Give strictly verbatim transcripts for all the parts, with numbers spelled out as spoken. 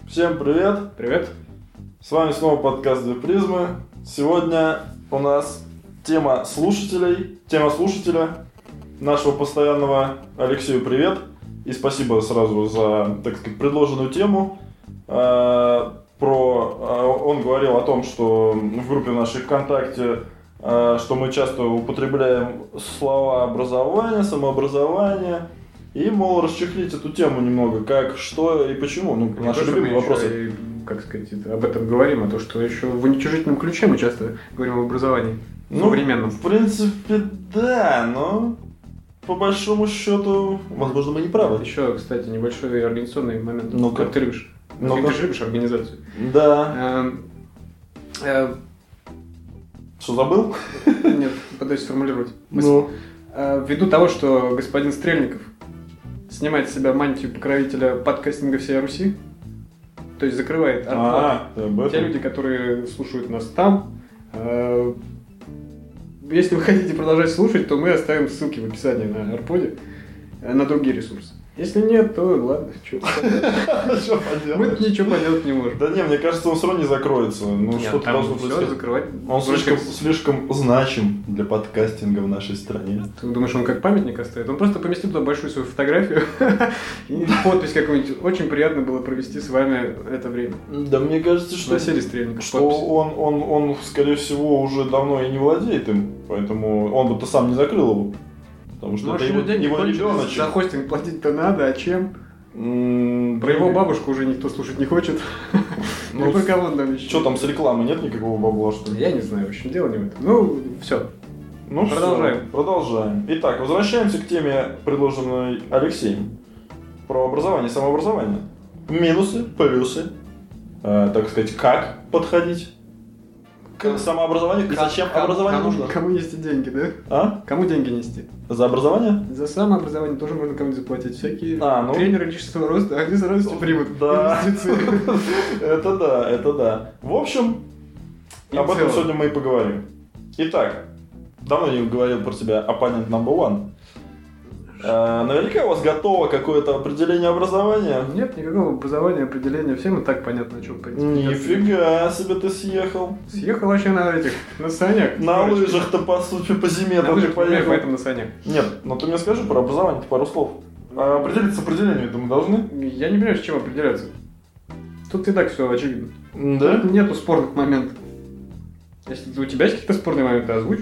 Всем привет! Привет! С вами снова подкаст «Две призмы». Сегодня у нас тема слушателей, тема слушателя, нашего постоянного Алексею привет. И спасибо сразу за, так сказать, предложенную тему. Про, он говорил о том, что в группе нашей ВКонтакте, что мы часто употребляем слова образование, самообразование. И, мол, расчехлить эту тему немного, как, что и почему. Ну, не наши любимые вопросы. И, как сказать, об этом говорим, а то, что еще в уничижительном ключе мы часто говорим об образовании. Ну, современном. В принципе, да, но по большому счету, возможно, мы не правы. Еще, кстати, небольшой организационный момент. Ну как ты любишь? Ну ты же любишь организацию. Да. Э, э, Что, забыл? Нет, пытаюсь сформулировать мысль. Ну. Э, ввиду того, что господин Стрельников снимает с себя мантию покровителя подкастинга всей Руси, то есть закрывает а, от те люди, которые слушают нас там. Э, если вы хотите продолжать слушать, то мы оставим ссылки в описании на Арподе, на другие ресурсы. Если нет, то ладно, что поделать. Мы ничего поделать не можем. Да не, мне кажется, он все равно не закроется. Ну, что-то должно происходить. Закрывать. Он слишком, слишком значим для подкастинга в нашей стране. Ты думаешь, он как памятник оставит? Он просто поместил туда большую свою фотографию и подпись какую-нибудь. Очень приятно было провести с вами это время. Да мне кажется, что, Василий Стрельников, что он, он, он, скорее всего, уже давно и не владеет им. Поэтому он бы-то сам не закрыл его. Потому что Может, это его, деньги его ребеночек. За хостинг платить-то надо, а чем? Mm, Про его бабушку уже никто слушать не хочет. Ну, про кого он там еще? Что там с рекламой? Нет никакого бабла, что ли? Я не знаю, в общем, дело не в этом. Ну, все. Ну, продолжаем. Все, продолжаем. Итак, возвращаемся к теме, предложенной Алексеем. Про образование, самообразование. Минусы, плюсы. Э, так сказать, как подходить к самообразованию и зачем кому, образование кому, нужно? Кому нести деньги, да? А? Кому деньги нести? За образование? За самообразование тоже можно кому-нибудь заплатить. Всякие а, ну... тренеры личностного роста, они с радостью примут да. инвестиции. Это да, это да. В общем, об этом сегодня мы и поговорим. Итак, давно не говорил про себя оппонент номер один. А, наверняка у вас готово какое-то определение образования? Нет никакого образования, определения. Всем и так понятно, о чем пойти. Нифига себе ты съехал. Съехал вообще на этих, на санях. На лыжах-то, по сути, по зиме ты поехал. Поэтому на санях. Нет, но ты мне скажи про образование пару слов. А определиться с определением это мы должны? Я не понимаю, с чем определяться. Тут и так все очевидно. Да? Тут нету спорных моментов. Если у тебя есть какие-то спорные моменты, озвучь.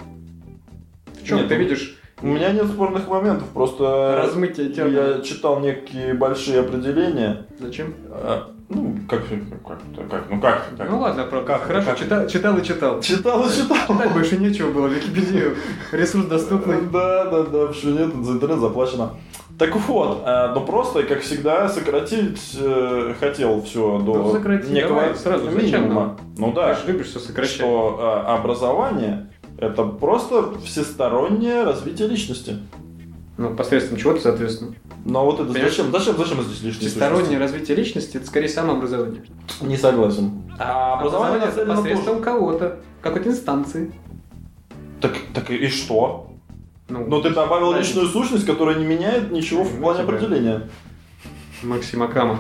В чем ты видишь? У меня нет спорных моментов, просто размытие тела. Я читал некие большие определения. Зачем? А, ну, как, как, как, ну как, как? Ну ладно, про как, хорошо, как? Читал, читал и читал. Читал и читал. Читать больше нечего было, Википедию. Ресурс доступный. Да, да, да, что нет, за интернет заплачено. Так вот, ну просто, как всегда, сократить э, хотел все до ну, сократи, некого давай, сразу, минимума. Ну да, ты же любишь все сокращать. Что э, образование это просто всестороннее развитие личности. Ну, посредством чего-то, соответственно. Но вот это зачем, зачем, зачем здесь личность? Всестороннее развитие личности – это скорее самообразование. Не согласен. А образование – это посредством кого-то, какой-то инстанции. Так, так и что? Ну, Но ты добавил да, личную сущность, которая не меняет ничего в плане определения. Максим Акама.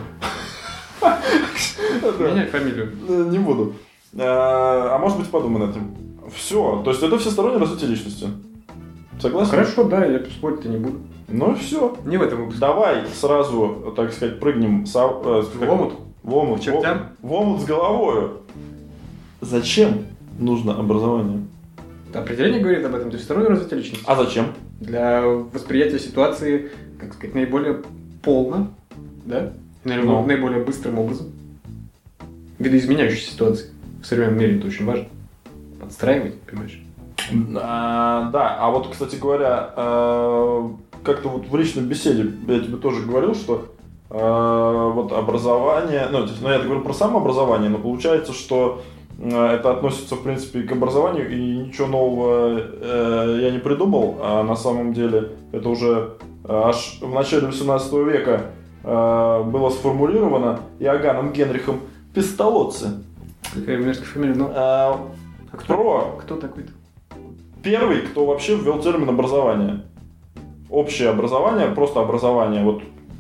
Меняй фамилию. Не буду. А может быть, подумай над этим. Все, то есть это всестороннее развитие личности. Согласен? Хорошо, да, я спорить-то не буду. Ну все. Не в этом выпуске. Давай сразу, так сказать, прыгнем с, э, в омут. В омут. К чертям. В омут с головой. Зачем нужно образование? Определение говорит об этом, то есть всестороннее развитие личности. А зачем? Для восприятия ситуации, как сказать, наиболее полно, да? Наиболее, ну. наиболее быстрым образом. Видоизменяющейся ситуации. В современном мире это очень важно. Подстраивать, понимаешь? А, да, а вот, кстати говоря, э, как-то вот в личной беседе я тебе тоже говорил, что э, вот образование, ну, ну я говорю про самообразование, но получается, что э, это относится, в принципе, и к образованию, и ничего нового э, я не придумал, а на самом деле это уже аж в начале восемнадцатого века э, было сформулировано Иоганном Генрихом Песталоцци. Какая мерзкая фамилия, ну? А, а кто, про... кто такой-то? Первый, кто вообще ввел термин образование. Общее образование, просто образование. Вот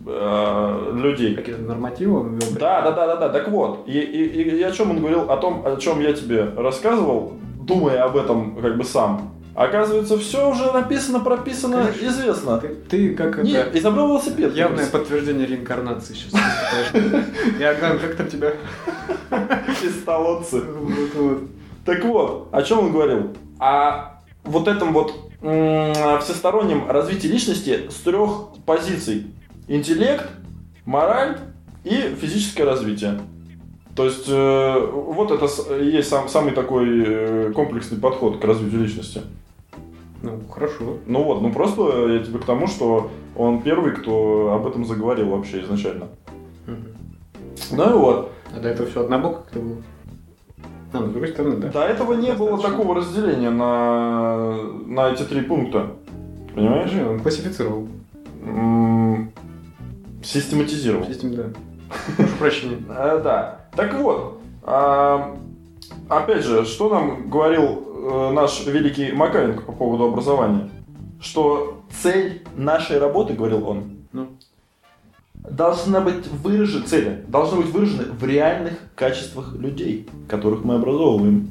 э, людей. Какие-то нормативы он ввел? Да, да, да, да, да. Так вот, и, и, и о чем он говорил, о том, о чем я тебе рассказывал, думая об этом как бы сам. Оказывается, все уже написано, прописано, Конечно. известно. Ты, ты как Не, это... изобрел велосипед. Явное подтверждение реинкарнации сейчас. Иоганн, как там тебя? Пистолотцы. Вот, вот. Так вот, о чем он говорил? О вот этом вот м- всестороннем развитии личности с трех позиций. Интеллект, мораль и физическое развитие. То есть, э, вот это с- есть сам, самый такой э, комплексный подход к развитию личности. Ну, хорошо. Ну вот, ну просто я тебе к тому, что он первый, кто об этом заговорил вообще изначально. Мгм. Ну и вот. А до этого все однобоко как-то было? А, ну, с другой стороны, да. До этого не было Достаточно. такого разделения на, на эти три пункта. Понимаешь? Же, он классифицировал. М, Систематизировал. Систем, да. Прошу прощения. А, да. Так вот, а, опять же, что нам говорил э, наш великий Макаренко по поводу образования? Что цель нашей работы, говорил он, Ну, должна быть выражена, цели должны быть выражены в реальных качествах людей, которых мы образовываем.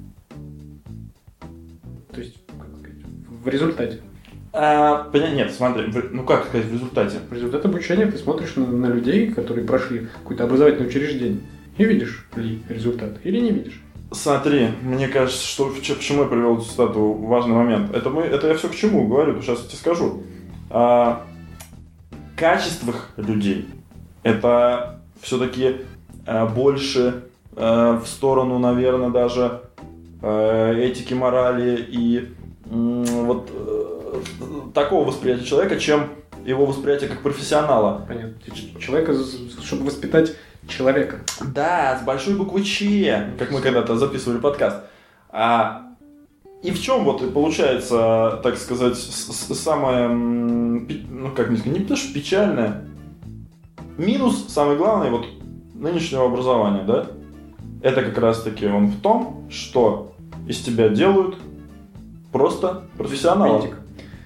то есть, как сказать, в результате. А, поня- нет, смотри, в- ну как сказать в результате? В результате обучения ты смотришь на, на людей, которые прошли какое-то образовательное учреждение, и видишь ли результат или не видишь. Смотри, мне кажется, что в ч- почему я привел эту цитату, важный момент. Это, мы, это я все к чему говорю, сейчас я тебе скажу. А, качествах людей это все-таки а, больше а, в сторону, наверное, даже а, этики, морали и м, вот э, такого восприятия человека, чем его восприятие как профессионала. Понятно. Ч- Человека, з- чтобы воспитать человека. Да, с большой буквы Ч, как мы когда-то записывали подкаст. А, и в чем вот и получается, так сказать, с- с- самое, м, пи- ну как мне сказать, не то что печальное, минус, самый главный, вот нынешнего образования, да, это как раз-таки он в том, что из тебя делают просто профессионала. Винтик.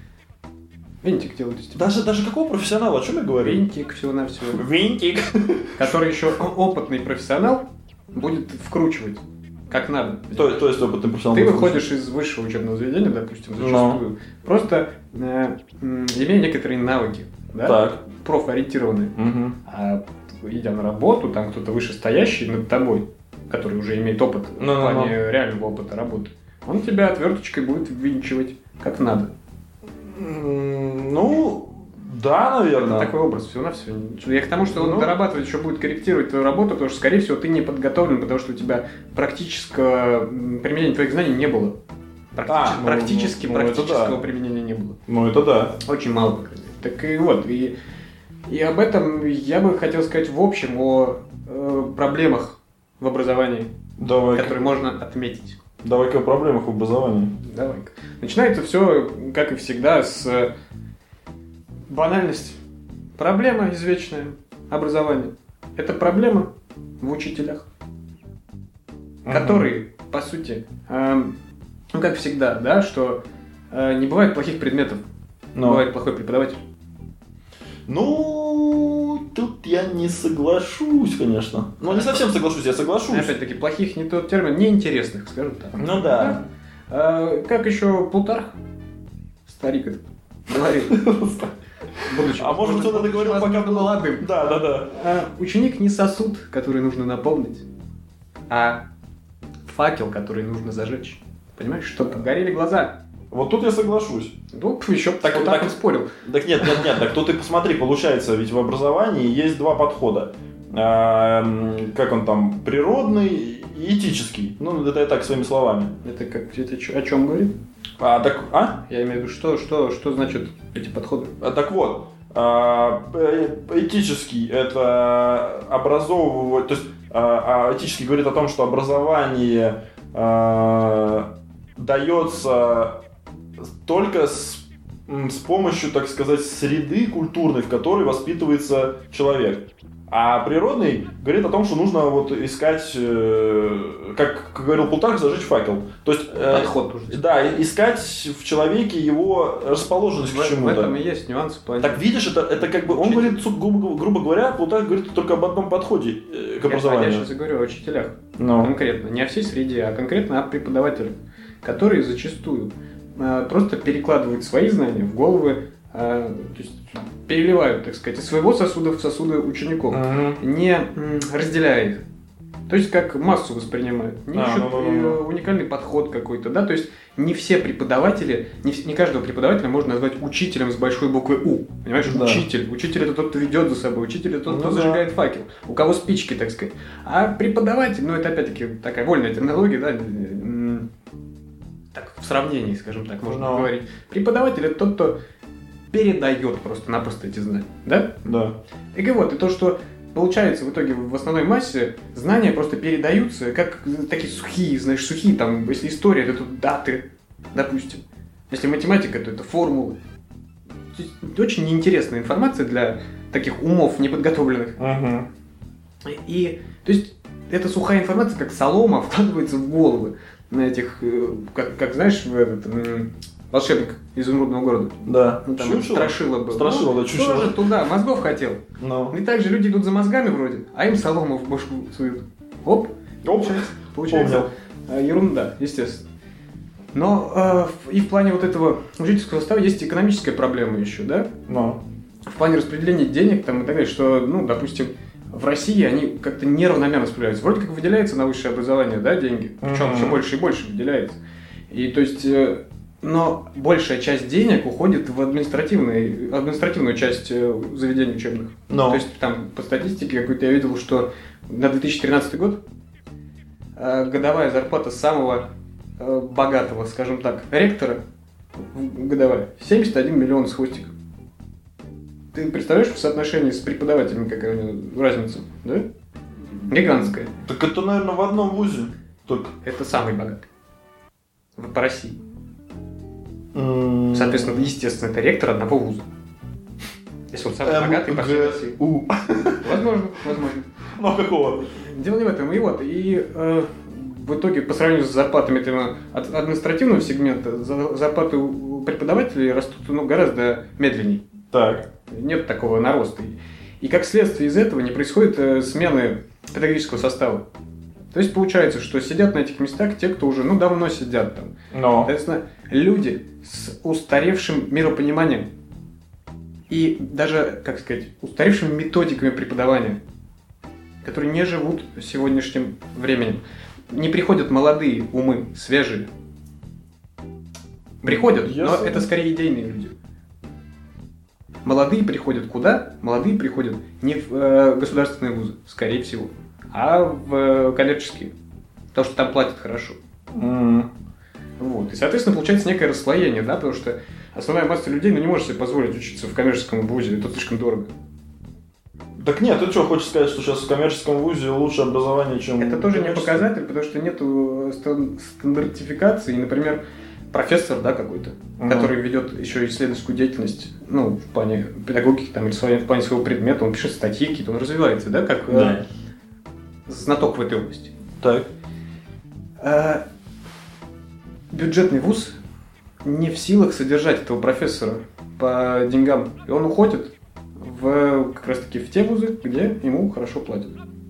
Винтик делают из тебя. Даже, даже какого профессионала, о чем я говорю? Винтик всего-навсего. Винтик. Который еще опытный профессионал будет вкручивать как надо. То, то есть опытный профессионал. Ты выходишь из высшего учебного заведения, допустим, зачастую, просто э, м, имея некоторые навыки, да, Так. профориентированные, Мгм. а идя на работу, там кто-то вышестоящий над тобой, который уже имеет опыт в Ну-ну-ну. плане реального опыта работы, он тебя отверточкой будет ввинчивать как надо. М, Ну, да, наверное. Такой образ, всего-навсего. Я к тому, что он Ну. дорабатывает, еще будет корректировать твою работу, потому что, скорее всего, ты не подготовлен, потому что у тебя практического м, применения твоих знаний не было. Практически, А, ну, практически ну, ну, это практического да. применения не было. Ну, это да. Очень мало, по крайней мере. Так и вот, и, и об этом я бы хотел сказать в общем о э, проблемах в образовании, Давай. которые можно отметить. Давай-ка о проблемах в образовании. Давай-ка. Начинается все, как и всегда, с э, банальности. Проблема извечная образования. Это проблема в учителях, которые, по сути, эм, ну как всегда, да, что э, не бывает плохих предметов, Но. бывает плохой преподаватель. Ну, тут я не соглашусь, конечно. Ну, не совсем соглашусь, я соглашусь. Опять-таки, плохих не тот термин, неинтересных, скажем так. Ну да. Э, как еще Плутарх, старик этот, говорил, будучи, А может быть, он это говорил, пока возможно, был молодым. Да, да, да. А, ученик не сосуд, который нужно наполнить, а факел, который нужно зажечь. Понимаешь, чтобы горели глаза. Вот тут я соглашусь. Ну, еще Так, так, вот так- так он спорил. Так нет, нет, нет, так тут ты посмотри, получается, ведь в образовании есть два подхода. А, м, как он там, природный и этический. Ну, это я так своими словами. Это как это чё- о чем говорит? А, так, а? Я имею в виду, что, что, что значит эти подходы? А, Так вот, а, э, этический это образовывать, то есть а, а этический говорит о том, что образование а, дается только с, м, с помощью, так сказать, среды культурной, в которой воспитывается человек. А природный говорит о том, что нужно вот искать, э, как, как говорил Плутарх, зажечь факел. То есть, э, Подход тоже. Да, искать в человеке его расположенность В, к чему-то. в этом и есть нюансы. Так видишь, это, это как бы, он Учитель. говорит, грубо, грубо говоря, Плутарх говорит только об одном подходе э, к образованию. Я, я сейчас говорю о учителях. Но. Конкретно. Не о всей среде, а конкретно о преподавателях, которые зачастую э, просто перекладывают свои знания в головы, э, то есть переливают, так сказать, из своего сосуда в сосуды учеников, Угу. не м, разделяя их. То есть как массу воспринимают. Не А, ищут ну, ну, ну. э, уникальный подход какой-то, да, то есть не все преподаватели, не, вс- не каждого преподавателя можно назвать учителем с большой буквы У. Понимаешь, Да. учитель. Учитель это тот, кто ведет за собой, учитель это тот, Ну кто да. зажигает факел, у кого спички, так сказать. А преподаватель, ну это опять-таки такая вольная терминология, да, м, так в сравнении, скажем так, можно Ну. говорить. Преподаватель это тот, кто передает просто-напросто эти знания, да? Да. И вот, и то, что получается в итоге в основной массе знания просто передаются, как такие сухие, знаешь, сухие, там, если история, то тут даты, допустим. Если математика, то это формулы. То есть очень неинтересная информация для таких умов неподготовленных. Угу. И, то есть, эта сухая информация, как солома, вкладывается в головы на этих, э, как, как знаешь, в этот, м, волшебник из изумрудного города. Да. Ну, там Чучело? Страшила был. Страшила, Ну, да, чучело. тоже туда, мозгов хотел. Ну. И также люди идут за мозгами вроде, а им солому в башку суют. Оп, Оп. получается, получается э, ерунда, естественно. Но э, в- и в плане вот этого учительского состава есть экономическая проблема еще, да? Ну. В плане распределения денег там и так далее, что, ну, допустим, в России они как-то неравномерно распределяются. Вроде как выделяется на высшее образование, да, деньги, причем Мгм. все больше и больше выделяется. И то есть, э, но большая часть денег уходит в административный, административную часть э, заведений учебных. Ну. То есть там по статистике какой-то я видел, что на две тысячи тринадцатый год э, годовая зарплата самого э, богатого, скажем так, ректора в- годовая семьдесят один миллион с хвостиком. Ты представляешь в соотношении с преподавателями какая у него разница, да? Гигантская. Так это, наверное, в одном вузе только. Это самый богатый. В- По России. М, Соответственно, естественно, это ректор одного вуза. Если он самый М, богатый по всей Г, России. У. Возможно, возможно. Ну, а какого? Дело не в этом. И вот, и э, в итоге, по сравнению с зарплатами этого от административного сегмента, за- зарплаты у преподавателей растут ну, гораздо медленнее. Так. Нет такого нароста. И как следствие из этого не происходит э, смены педагогического состава. То есть получается, что сидят на этих местах те, кто уже ну, давно сидят там. Но. Соответственно, люди с устаревшим миропониманием и даже, как сказать, устаревшими методиками преподавания, которые не живут сегодняшним временем. Не приходят молодые умы, свежие. Приходят, но Ясно. это скорее идейные люди. Молодые приходят куда? Молодые приходят не в э, государственные вузы, скорее всего, а в э, коммерческие. Потому что там платят хорошо. М, Вот. И, соответственно, получается некое расслоение, да, потому что основная масса людей ну, не может себе позволить учиться в коммерческом вузе, это слишком дорого. Так нет, ты что, хочешь сказать, что сейчас в коммерческом вузе лучше образование, чем... Это тоже не коммерческом? показатель, потому что нет стандартификации. Например, профессор, да, какой-то, Мгм. который ведет еще исследовательскую деятельность, ну, в плане педагогики там, или в своем- в плане своего предмета, он пишет статьи какие-то, он развивается, да, как э, Да. знаток в этой области. Так. А бюджетный вуз не в силах содержать этого профессора по деньгам, и он уходит в, как раз таки в те вузы, где ему хорошо платят.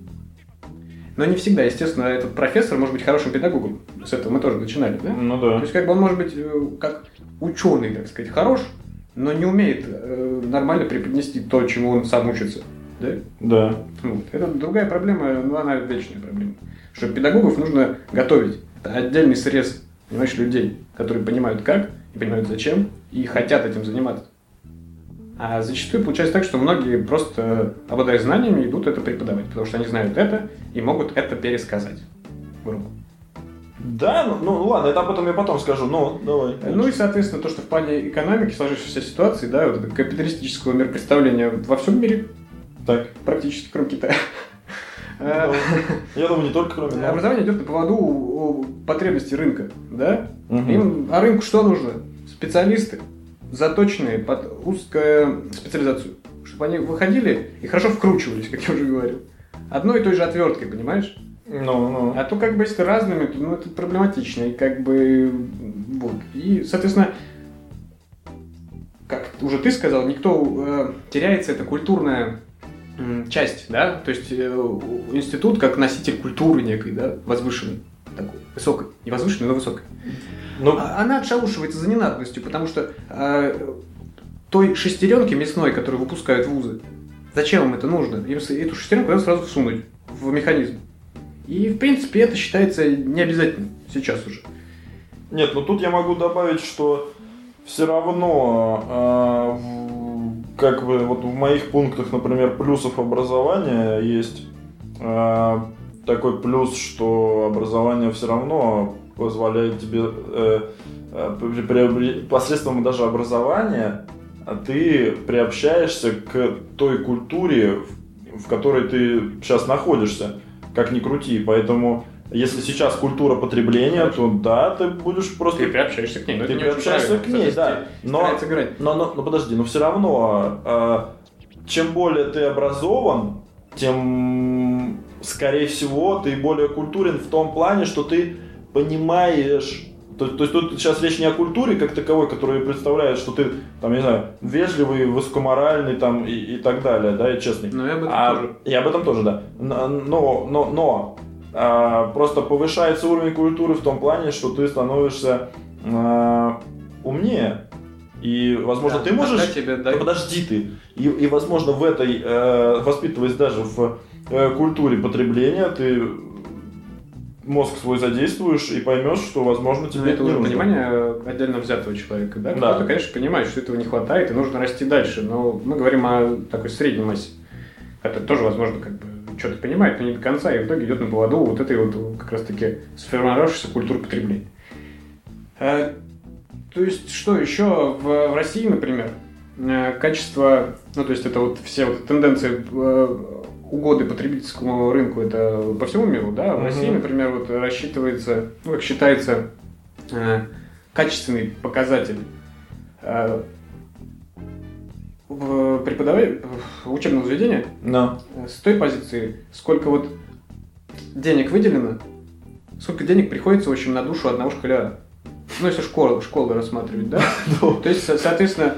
Но не всегда, естественно, этот профессор может быть хорошим педагогом. С этого мы тоже начинали, да? Ну То да. есть, как бы он может быть э, как ученый, так сказать, хорош, но не умеет э, нормально преподнести то, чему он сам учится. Да? Да. Вот. Это другая проблема, но она вечная проблема. Что педагогов нужно готовить. Это отдельный срез, понимаешь, людей, которые понимают как, и понимают зачем, и хотят этим заниматься. А зачастую получается так, что многие просто, обладая знаниями, идут это преподавать, потому что они знают это и могут это пересказать. Грубо. Да, ну, ну ладно, это об этом я потом скажу. Ну, давай. Ну и, соответственно, то, что в плане экономики, сложившейся ситуации, да, вот это капиталистического миропредставления во всем мире, Так. практически, кроме Китая. Ну, я думаю, не только кроме нас. Образование идет на поводу у потребностей рынка, да? Мгм. Им, а рынку что нужно? Специалисты, заточенные под узкую специализацию. Что Чтобы они выходили и хорошо вкручивались, как я уже говорил. Одной и той же отверткой, понимаешь? Ну, ну. А то как бы если разными, то ну, это проблематично. И как бы вот. И, соответственно, как уже ты сказал, никто э, теряется, это культурная э, часть, да? То есть э, институт как носитель культуры некой, да, возвышенной, такой, высокой. Не возвышенной, но высокой. Ну, А, она отшелушивается за ненадобностью, потому что э, той шестеренки мясной, которую выпускают вузы, зачем им это нужно? Им эту шестеренку надо сразу всунуть в механизм. И, в принципе, это считается необязательным сейчас уже. Нет, ну тут я могу добавить, что все равно, э, как бы вот в моих пунктах, например, плюсов образования есть э, такой плюс, что образование все равно позволяет тебе э, э, приобрести, посредством даже образования ты приобщаешься к той культуре, в которой ты сейчас находишься, как ни крути. Поэтому, если сейчас культура потребления, то да, ты будешь просто... Ты приобщаешься к ней. Но ты приобщаешься к ней, да. Но, но, но, но подожди, но все равно, э, чем более ты образован, тем, скорее всего, ты более культурен в том плане, что ты понимаешь... То, то есть тут сейчас речь не о культуре как таковой, которая представляет, что ты, там, не знаю, вежливый, высокоморальный там, и, и так далее, да, и честный. Но и об этом а, тоже. И об этом тоже, да. Но, но, но а, просто повышается уровень культуры в том плане, что ты становишься а, умнее. И, возможно, да, ты можешь... Тебе да, подожди ты. И, и, возможно, в этой, э, воспитываясь даже в э, культуре потребления, ты мозг свой задействуешь и поймешь, что, возможно, тебе это не уже нужно. понимание отдельно взятого человека. Да? Да. Кто-то, конечно, понимает, что этого не хватает и нужно расти дальше. Но мы говорим о такой средней массе. Это тоже, возможно, как бы что-то понимает, но не до конца, и в итоге идет на поводу вот этой вот как раз-таки сформировавшейся культуры потребления. А, то есть, что еще в, в России, например, качество, ну, то есть, это вот все вот тенденции угоды потребительскому рынку, это по всему миру, да, в mm-hmm. России, например, вот рассчитывается, ну, как считается, качественный показатель в преподавании, в учебном заведении no. с той позиции, сколько вот денег выделено, сколько денег приходится, в общем, на душу одного школяра. Ну, если школу, школу рассматривать, да? То есть, соответственно,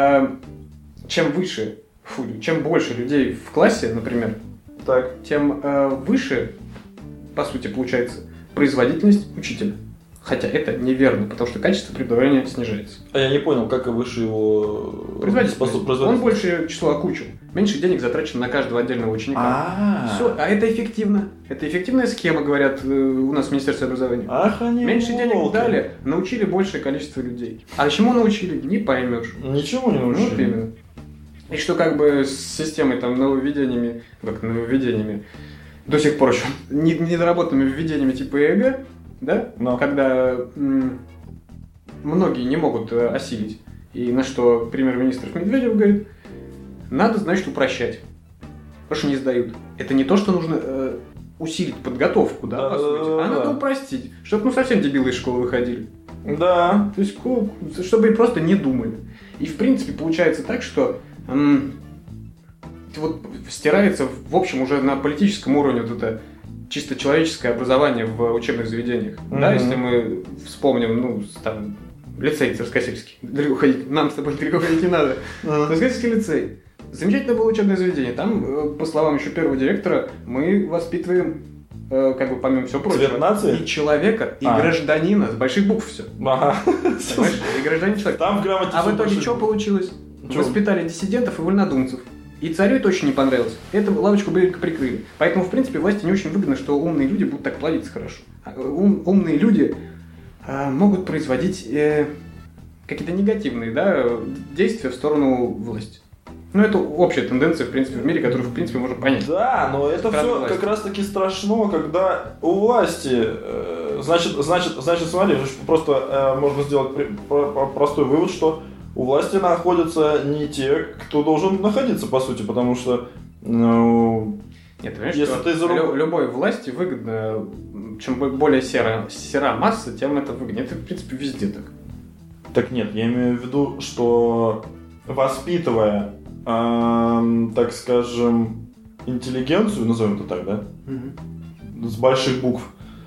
чем выше, фу, чем больше людей в классе, например, так. тем выше, по сути, получается производительность учителя. Хотя это неверно, потому что качество преподавания снижается. А я не понял, как и выше его производительность. Он больше число окучил. Меньше денег затрачено на каждого отдельного ученика. А-а-а. Все, а это эффективно. Это эффективная схема, говорят у нас в Министерстве образования. Ах, они меньше волки. денег дали, научили большее количество людей. А чему научили, не поймешь. Ничего не научили. Вот именно. И что как бы с системой там нововведениями, как нововведениями, до сих пор еще недоработанными введениями типа ЕГЭ, да? Но. Когда м- многие не могут э, осилить. И на что премьер-министр Медведев говорит, надо, значит, упрощать. Потому что не сдают. Это не то, что нужно э, усилить подготовку, да, да, по сути, да, а да. надо упростить, чтобы ну, совсем дебилы из школы выходили. Да. То есть, чтобы просто не думали. И, в принципе, получается так, что м- вот стирается, в общем, уже на политическом уровне вот это чисто человеческое образование в учебных заведениях. Mm-hmm. Да, если мы вспомним, ну, там, лицей Царскосельский. Далеко ходить, нам с тобой далеко ходить не надо. Mm-hmm. Царскосельский лицей. Замечательное было учебное заведение. Там, по словам еще первого директора, мы воспитываем, как бы, помимо всего прочего, цвет нации? И человека, и а. гражданина. С больших букв все. Ага. Понимаешь? И гражданин человек. Там в грамоте а в итоге больших... что получилось? Чё? Воспитали диссидентов и вольнодумцев. И царю это очень не понравилось. Эту лавочку прикрыли. Поэтому, в принципе, власти не очень выгодно, что умные люди будут так плодиться хорошо. Ум, умные люди а, могут производить э, какие-то негативные, да, действия в сторону власти. Ну, это общая тенденция, в принципе, в мире, которую, в принципе, можно понять. Да, но это все власти. Как раз-таки страшно, когда у власти, э, значит, значит, значит, смотри, просто э, можно сделать при, про, простой вывод, что у власти находятся не те, кто должен находиться, по сути, потому что, ну... Нет, ты понимаешь, что ты за... лю- любой власти выгодно, чем более сера, сера масса, тем это выгоднее. Это, в принципе, везде так. Так нет, я имею в виду, что воспитывая эм, так скажем, интеллигенцию, назовем это так, да? Mm-hmm. С больших букв,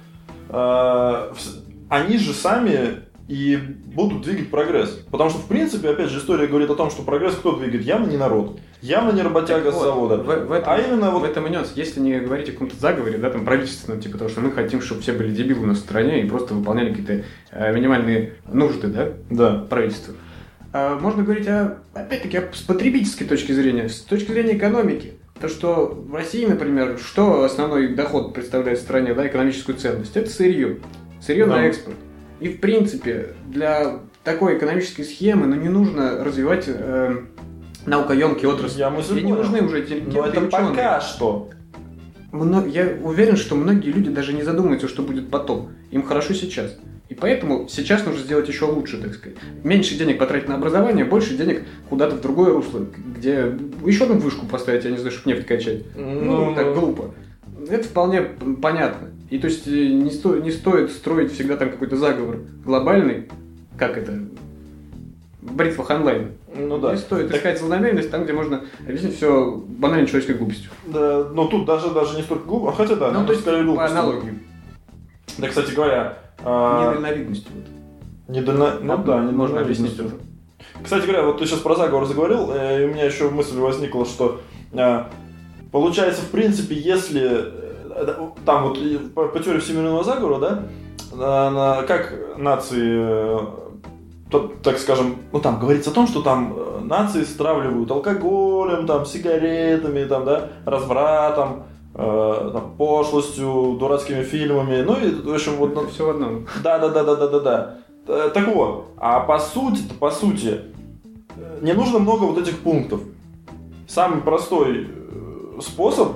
э, они же сами и будут двигать прогресс. Потому что, в принципе, опять же, история говорит о том, что прогресс кто двигает? Явно не народ. Явно не работяга так с вот, завода. В, в этом, а именно вот... в этом и нюанс. Если не говорить о каком-то заговоре, да, там, правительственном, типа того, что мы хотим, чтобы все были дебилы у нас в стране и просто выполняли какие-то э, минимальные нужды, да, да. правительства. А можно говорить, о, опять-таки, с потребительской точки зрения, с точки зрения экономики. То, что в России, например, что основной доход представляет в стране, да, экономическую ценность, это сырье. Сырье да. на экспорт. И, в принципе, для такой экономической схемы ну, не нужно развивать э, наукоемкие отрасли. Я мысль и не нужны уже интеллигентные ученые. Но это ученые. пока что. Мно... Я уверен, что многие люди даже не задумываются, что будет потом. Им хорошо сейчас. И поэтому сейчас нужно сделать еще лучше, так сказать. Меньше денег потратить на образование, больше денег куда-то в другое русло, где еще одну вышку поставить, я не знаю, чтобы нефть качать. Ну, ну так глупо. Это вполне понятно. И то есть не, сто, не стоит строить всегда там какой-то заговор глобальный, как это, бритва Ханлайна. Ну да. Не стоит так... искать злонамеренность там, где можно объяснить все банальной человеческой глупостью. Да, но тут даже, даже не столько глупо, хотя да, ну, то есть скорее по аналогии. Да, кстати говоря... А... Недальновидностью. Вот. Недально... Ну а, да, не можно объяснить это. Кстати говоря, вот ты сейчас про заговор заговорил, и у меня еще мысль возникла, что получается, в принципе, если... Там вот по, по теории всемирного заговора, да, на, на, как нации, то, так скажем, ну там говорится о том, что там нации стравливают алкоголем, там, сигаретами, там, да, развратом, э, там, пошлостью, дурацкими фильмами, ну и, в общем, вот... Это все в одном. Да, да, да, да, да, да, да. Так вот, а по сути, по сути, не нужно много вот этих пунктов. Самый простой способ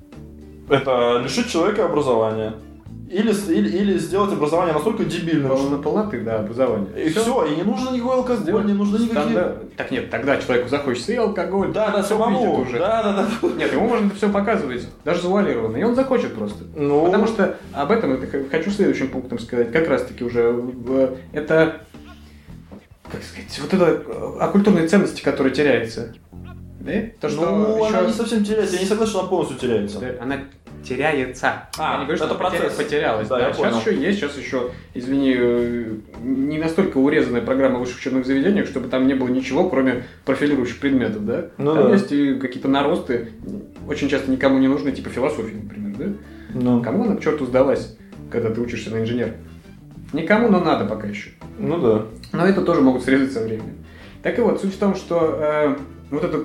это лишить человека образования. Или, или, или сделать образование настолько дебильным. Полно полноты, да, образование. И все, все и не нужно никакой алкоголь, сделать не нужно никаких... Тогда... Так нет, тогда человеку захочется и алкоголь. Да, да, самому. Уже. Да, да, да. Нет, ему можно это все показывать, даже завуалированно, и он захочет просто. Ну... Потому что об этом я хочу следующим пунктом сказать, как раз таки уже это, как сказать, вот это о культурной ценности, которая теряется. Да? То, что ну, еще... она не совсем теряется, я не согласен, что она полностью теряется. Она теряется. А, я не говорю, что это она процесс. Потерялась. Да, да. я Сейчас понял. еще есть, сейчас еще, извини, не настолько урезанная программа высших учебных заведений, чтобы там не было ничего, кроме профилирующих предметов, да? Ну, там да. есть и какие-то наросты, очень часто никому не нужны, типа философии, например, да? Ну. Кому она к черту сдалась, когда ты учишься на инженера? Никому, но надо пока еще. Ну да. Но это тоже могут срезать со временем. Так и вот, суть в том, что э, вот эту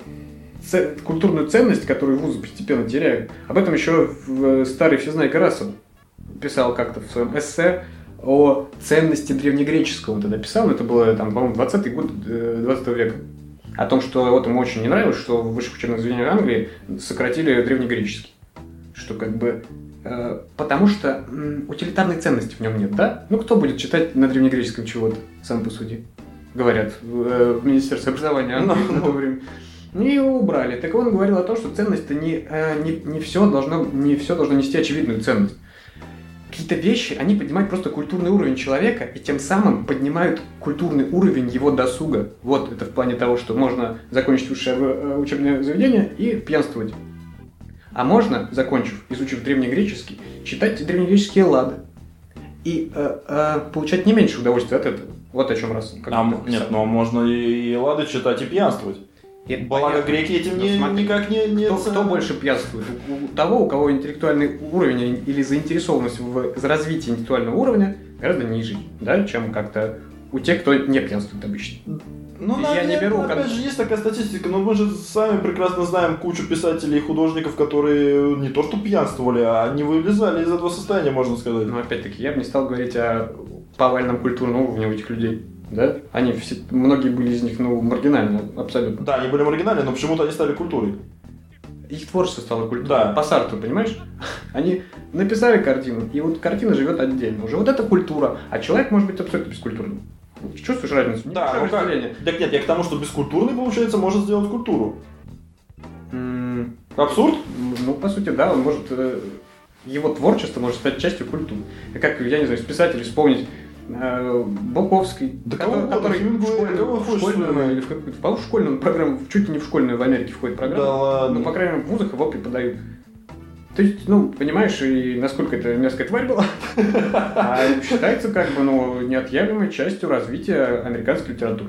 ц... культурную ценность, которую вузы постепенно теряют, об этом еще в старый всезнайка Рассел писал как-то в своем эссе о ценности древнегреческого. Он тогда писал, но это было, там, по-моему, двадцатый год двадцатого века. О том, что вот ему очень не нравилось, что в высших учебных заведениях Англии сократили древнегреческий. Что как бы... Э, потому что м, утилитарной ценности в нем нет, да? Ну, кто будет читать на древнегреческом чего-то, сам посуди. Говорят в, э, в Министерстве образования Англии no, no. на то время. И его убрали. Так он говорил о том, что ценность-то не, э, не, не, все должно, не все должно нести очевидную ценность. Какие-то вещи, они поднимают просто культурный уровень человека и тем самым поднимают культурный уровень его досуга. Вот это в плане того, что можно закончить высшее учебное заведение и пьянствовать. А можно, закончив, изучив древнегреческий, читать древнегреческие лады и э, э, получать не меньше удовольствия от этого. Вот о чем раз. А, нет, но можно и, и лады читать, и пьянствовать. Это Благо понятно. Греки этим не, смотри, никак не... не кто, кто больше пьянствует? У, у того, у кого интеллектуальный уровень или заинтересованность в, в развитии интеллектуального уровня гораздо ниже, да, чем как-то у тех, кто не пьянствует обычно. Ну, я на, не беру... Опять как... же, есть такая статистика, но мы же сами прекрасно знаем кучу писателей и художников, которые не то что пьянствовали, а не вылезали из этого состояния, можно сказать. Но опять-таки, я бы не стал говорить о повальном культурном уровне у этих людей. Да? Они все, многие были из них, ну, маргинальны, абсолютно. Да, они были маргинальны, но почему-то они стали культурой. Их творчество стало культурой. Да. По Сартру, понимаешь? Они написали картину, и вот картина живет отдельно. Уже вот это культура, а человек может быть абсолютно бескультурным. Чувствуешь разницу? Да, ну как? Так нет, я к тому, что бескультурный, получается, может сделать культуру. Mm. Абсурд? Ну, по сути, да, он может... Его творчество может стать частью культуры. Как, я не знаю, из писателей вспомнить э, Буковский, Да который, кого который угодно, в школьную, кого в хочешь школьную вспоминай. или в какую-то, по-моему, в школьную программу, чуть ли не в школьную в Америке входит программа, Да ладно. но, по крайней мере, в вузах его преподают. То есть, ну, понимаешь, и насколько это мерзкая тварь была, а считается как бы, ну, неотъемлемой частью развития американской литературы.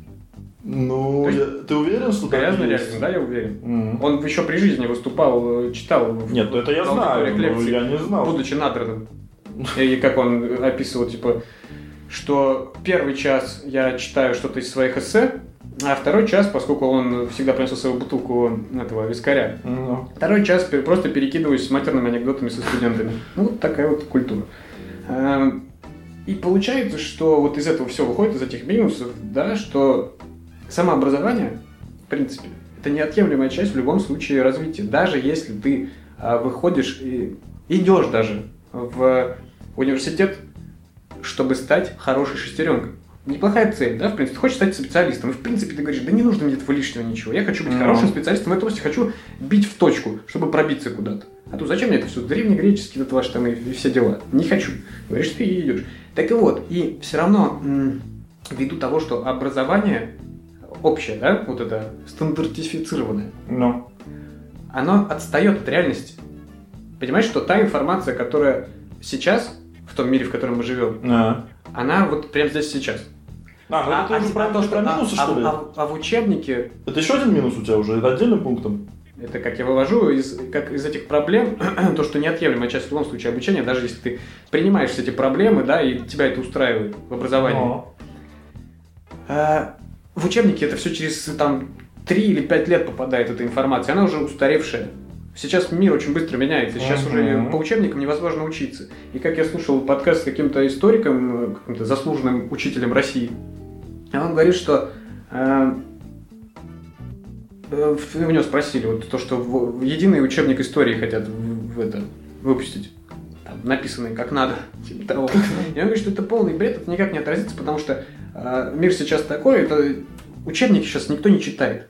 Ну, То есть- я- ты уверен, что так Грязный и реализм, есть? да, я уверен. Мгм. Он еще при жизни выступал, э, читал в- Нет, ну это я в аудиториях знаю, но лекции, я не знал. будучи надранным. И как он описывал, типа, что первый час я читаю что-то из своих эссе, а второй час, поскольку он всегда приносил свою бутылку этого вискаря, Ну, второй час пер- просто перекидываюсь с матерными анекдотами со студентами. Ну, вот такая вот культура. Эм, И получается, что вот из этого все выходит, из этих минусов, да, что самообразование, в принципе, это неотъемлемая часть в любом случае развития. Даже если ты а, выходишь и идешь даже в университет, чтобы стать хорошей шестеренкой. Неплохая цель, да, в принципе. Ты хочешь стать специалистом, и в принципе ты говоришь, да не нужно мне этого лишнего ничего. Я хочу быть Ну. хорошим специалистом в этой области, хочу бить в точку, чтобы пробиться куда-то. А то зачем мне это все? Древнегреческий, это ваши там и, и все дела. Не хочу. Говоришь, ты и идешь. Так и вот, и все равно, м, ввиду того, что образование общее, да, вот это стандартифицированное, ну. оно отстает от реальности. Понимаешь, что та информация, которая сейчас, в том мире, в котором мы живем, А, она вот прямо здесь сейчас. а, ну это ты уже про, то, про минусы, а, что ли? а- а в учебнике, Это еще один минус у тебя уже? Это отдельным пунктом? это как я вывожу из, как из этих проблем, то, что неотъемлемая часть в любом случае обучения, даже если ты принимаешь все эти проблемы, да, и тебя это устраивает в образовании. Но. А, в учебнике это все через там три или пять лет попадает, эта информация, она уже устаревшая. Сейчас мир очень быстро меняется, сейчас Мгм. уже по учебникам невозможно учиться. И как я слушал подкаст с каким-то историком, каким-то заслуженным учителем России, он говорит, что э, э, в- у него спросили вот то, что в, в единый учебник истории хотят в, в это выпустить, там, написанный как надо, типа того. И он говорит, что это полный бред, это никак не отразится, потому что э, мир сейчас такой, это учебники сейчас никто не читает.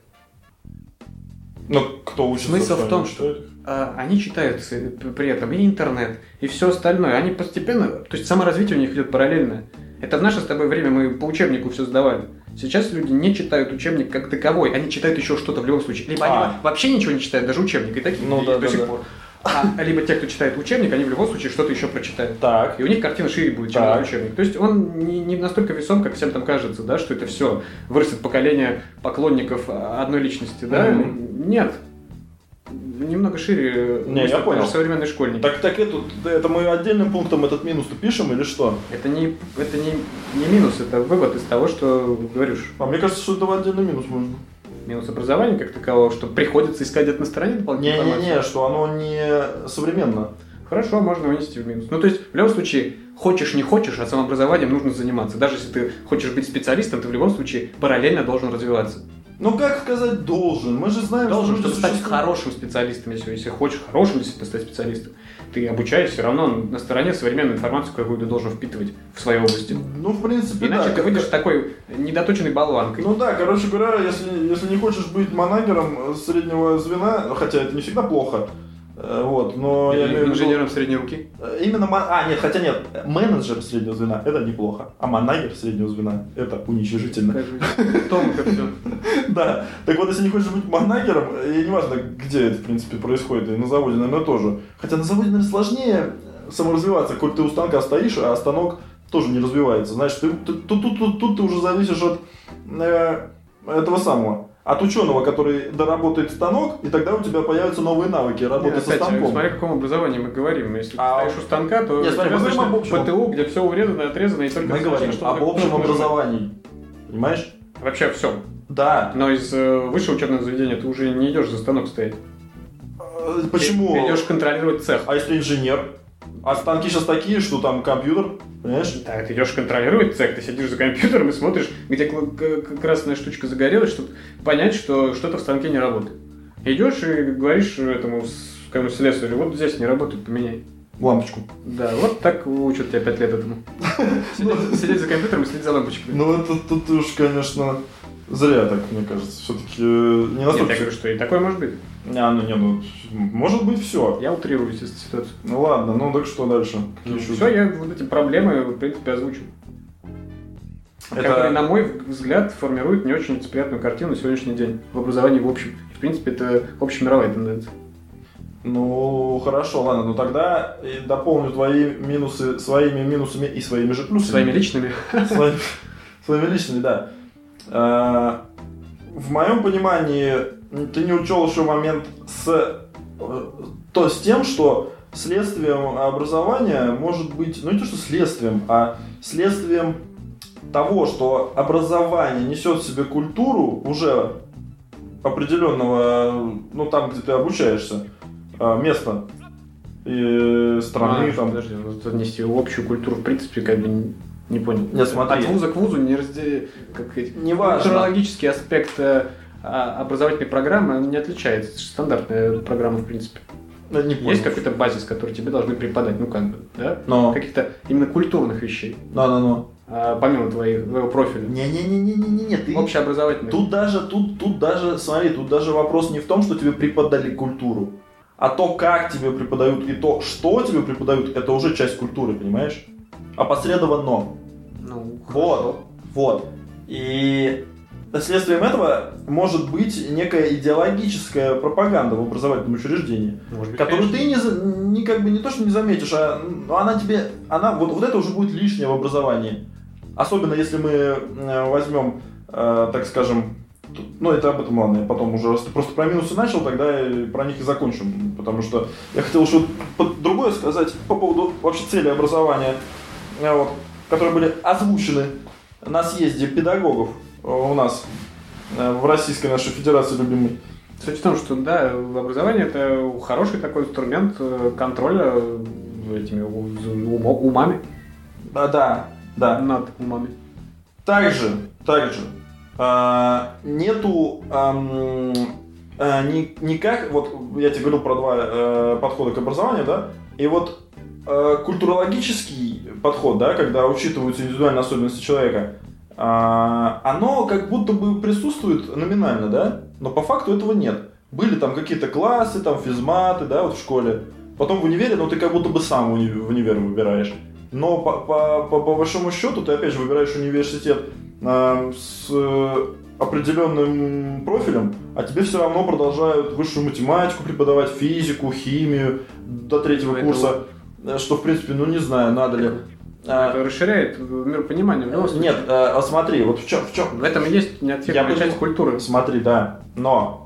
Ну, кто учится? Смысл что в том, они читают? А, они читают э, при этом и интернет, и все остальное. Они постепенно, то есть саморазвитие у них идет параллельно. Это в наше с тобой время мы по учебнику все сдавали. Сейчас люди не читают учебник как таковой, они читают еще что-то в любом случае. Либо А. они вообще ничего не читают, даже учебник, и такие Ну есть да, до да, сих да. пор. А, либо те, кто читает учебник, они в любом случае что-то еще прочитают. Так. И у них картина шире будет, чем Так. этот учебник. То есть он не, не настолько весом, как всем там кажется, да, что это все вырастет поколение поклонников одной личности, да? Мгм. Нет. Немного шире Не, я мыслят понял. даже современные школьники. Так, так это, это мы отдельным пунктом этот минус-то пишем или что? Это, не, это не, не минус, это вывод из того, что говоришь. А мне кажется, что это в отдельный минус можно. Минус образования как такового, что приходится искать где-то на стороне дополнительную информацию. Не-не-не, что оно не современно. Хорошо, можно вынести в минус. Ну, то есть, в любом случае, хочешь не хочешь, а самообразованием нужно заниматься. Даже если ты хочешь быть специалистом, ты в любом случае параллельно должен развиваться. Ну как сказать должен? Мы же знаем, Должен, что чтобы люди стать существуют. хорошим специалистом, если, если хочешь хорошим действительно стать специалистом, ты обучаешься все равно на стороне современную информацию, какую ты должен впитывать в своей области. Ну, в принципе, Иначе да. ты выйдешь такой недоточенной болванкой. Ну да, короче говоря, если, если не хочешь быть манагером среднего звена, ну, хотя это не всегда плохо, э, вот, но я имею в виду... Инженером средней руки. э, Именно, ма- а, нет, хотя нет, менеджер среднего звена – это неплохо, а манагер среднего звена – это уничижительно. Тонко все. Да, так вот, если не хочешь быть манагером, и неважно, где это, в принципе, происходит, и на заводе, наверное, тоже. Хотя на заводе, наверное, сложнее саморазвиваться, коль ты у станка стоишь, а станок тоже не развивается. Значит, ты, ты- тут, тут, тут, тут ты уже зависишь от э, этого самого, от ученого, который доработает станок, и тогда у тебя появятся новые навыки работы Нет, со кстати, станком. смотри, о каком образовании мы говорим. Если А- ты стоишь у станка, то Нет, смотри, у тебя мы говорим об слышно общем. ПТУ, где все урезано, отрезано, и только Мы ты говорим знаешь, что об такое общем кнопку нажимать. образовании. Понимаешь? Вообще все. Да. Но из э, высшего учебного заведения ты уже не идешь за станок стоять. Э, Почему? Ты идешь контролировать цех. А если инженер? А станки сейчас такие, что там компьютер, понимаешь? Да, ты идешь контролировать цех, ты сидишь за компьютером и смотришь, где кл- к- красная штучка загорелась, чтобы понять, что что-то в станке не работает. Идешь и говоришь этому с- кому слесарю, вот здесь не работает, поменяй. Лампочку. Да, вот так учат тебя пять лет этому. Сидеть, сидеть за компьютером и следить за лампочкой. Ну это тут уж, конечно, зря так, мне кажется. Все-таки не Нет, настолько... я говорю, что и такое может быть. А, ну не, ну, может быть все. Я утрирую эту ситуацию. Ну ладно, ну так что дальше? Какие еще? Все, я вот эти проблемы, в принципе, озвучил. Это... Который, на мой взгляд, формирует не очень лицеприятную картину на сегодняшний день в образовании в общем. В принципе, это общемировая тенденция. Ну, хорошо, ладно, ну тогда дополню твои минусы своими минусами и своими же плюсами. Своими личными? Своими, своими личными, да. А, в моем понимании, ты не учел еще момент с, то, с тем, что следствием образования может быть, ну не то что следствием, а следствием того, что образование несет в себе культуру уже определенного, ну там, где ты обучаешься, места и страны. А, там. Подожди, ну, нести общую культуру, в принципе, как бы не, не понял. Нет, смотри. От вуза к вузу не разделяет, как сказать, культурологический аспект а, образовательной программы не отличается. Это же стандартная программа, в принципе. Не Есть какой-то базис, который тебе должны преподать, ну как бы, да? Но. Каких-то именно культурных вещей. Да, да, да. А, помимо твоих, твоего профиля. Не-не-не-не-не-не. Ты... Общеобразовательный. Тут даже, тут, тут даже, смотри, тут даже вопрос не в том, что тебе преподали культуру, а то, как тебе преподают и то, что тебе преподают, это уже часть культуры, понимаешь? Опосредованно. Ну, вот, хорошо. вот. И следствием этого может быть некая идеологическая пропаганда в образовательном учреждении, Может быть, которую конечно. ты не, не, как бы, не то, что не заметишь, а ну, она тебе, она, вот, вот это уже будет лишнее в образовании. Особенно если мы возьмем, э, так скажем, ну это об этом ладно, я потом уже, раз ты просто про минусы начал, тогда и про них и закончим, потому что я хотел еще другое сказать по поводу вообще цели образования, вот, которые были озвучены на съезде педагогов у нас в Российской нашей Федерации любимой. Суть в том, что да, образование это хороший такой инструмент контроля этими умами. Да, да, да. Над умами. Также, также э, нету э, э, ни, никак, вот я тебе говорил про два э, подхода к образованию, да, и вот э, культурологический подход, да, когда учитываются индивидуальные особенности человека, э, оно как будто бы присутствует номинально, да, но по факту этого нет. Были там какие-то классы, там физматы, да, вот в школе, потом в универе, но ты как будто бы сам в универ выбираешь. Но по, по, по, по большому счету ты опять же выбираешь университет э, с определенным профилем, а тебе все равно продолжают высшую математику преподавать, физику, химию до третьего Это курса, вот. Что в принципе, ну не знаю, надо ли. Это а, расширяет миропонимание. Нет, а, смотри, вот в чем, в чем. В этом и есть неотъемлемая часть культуры. Смотри, да, но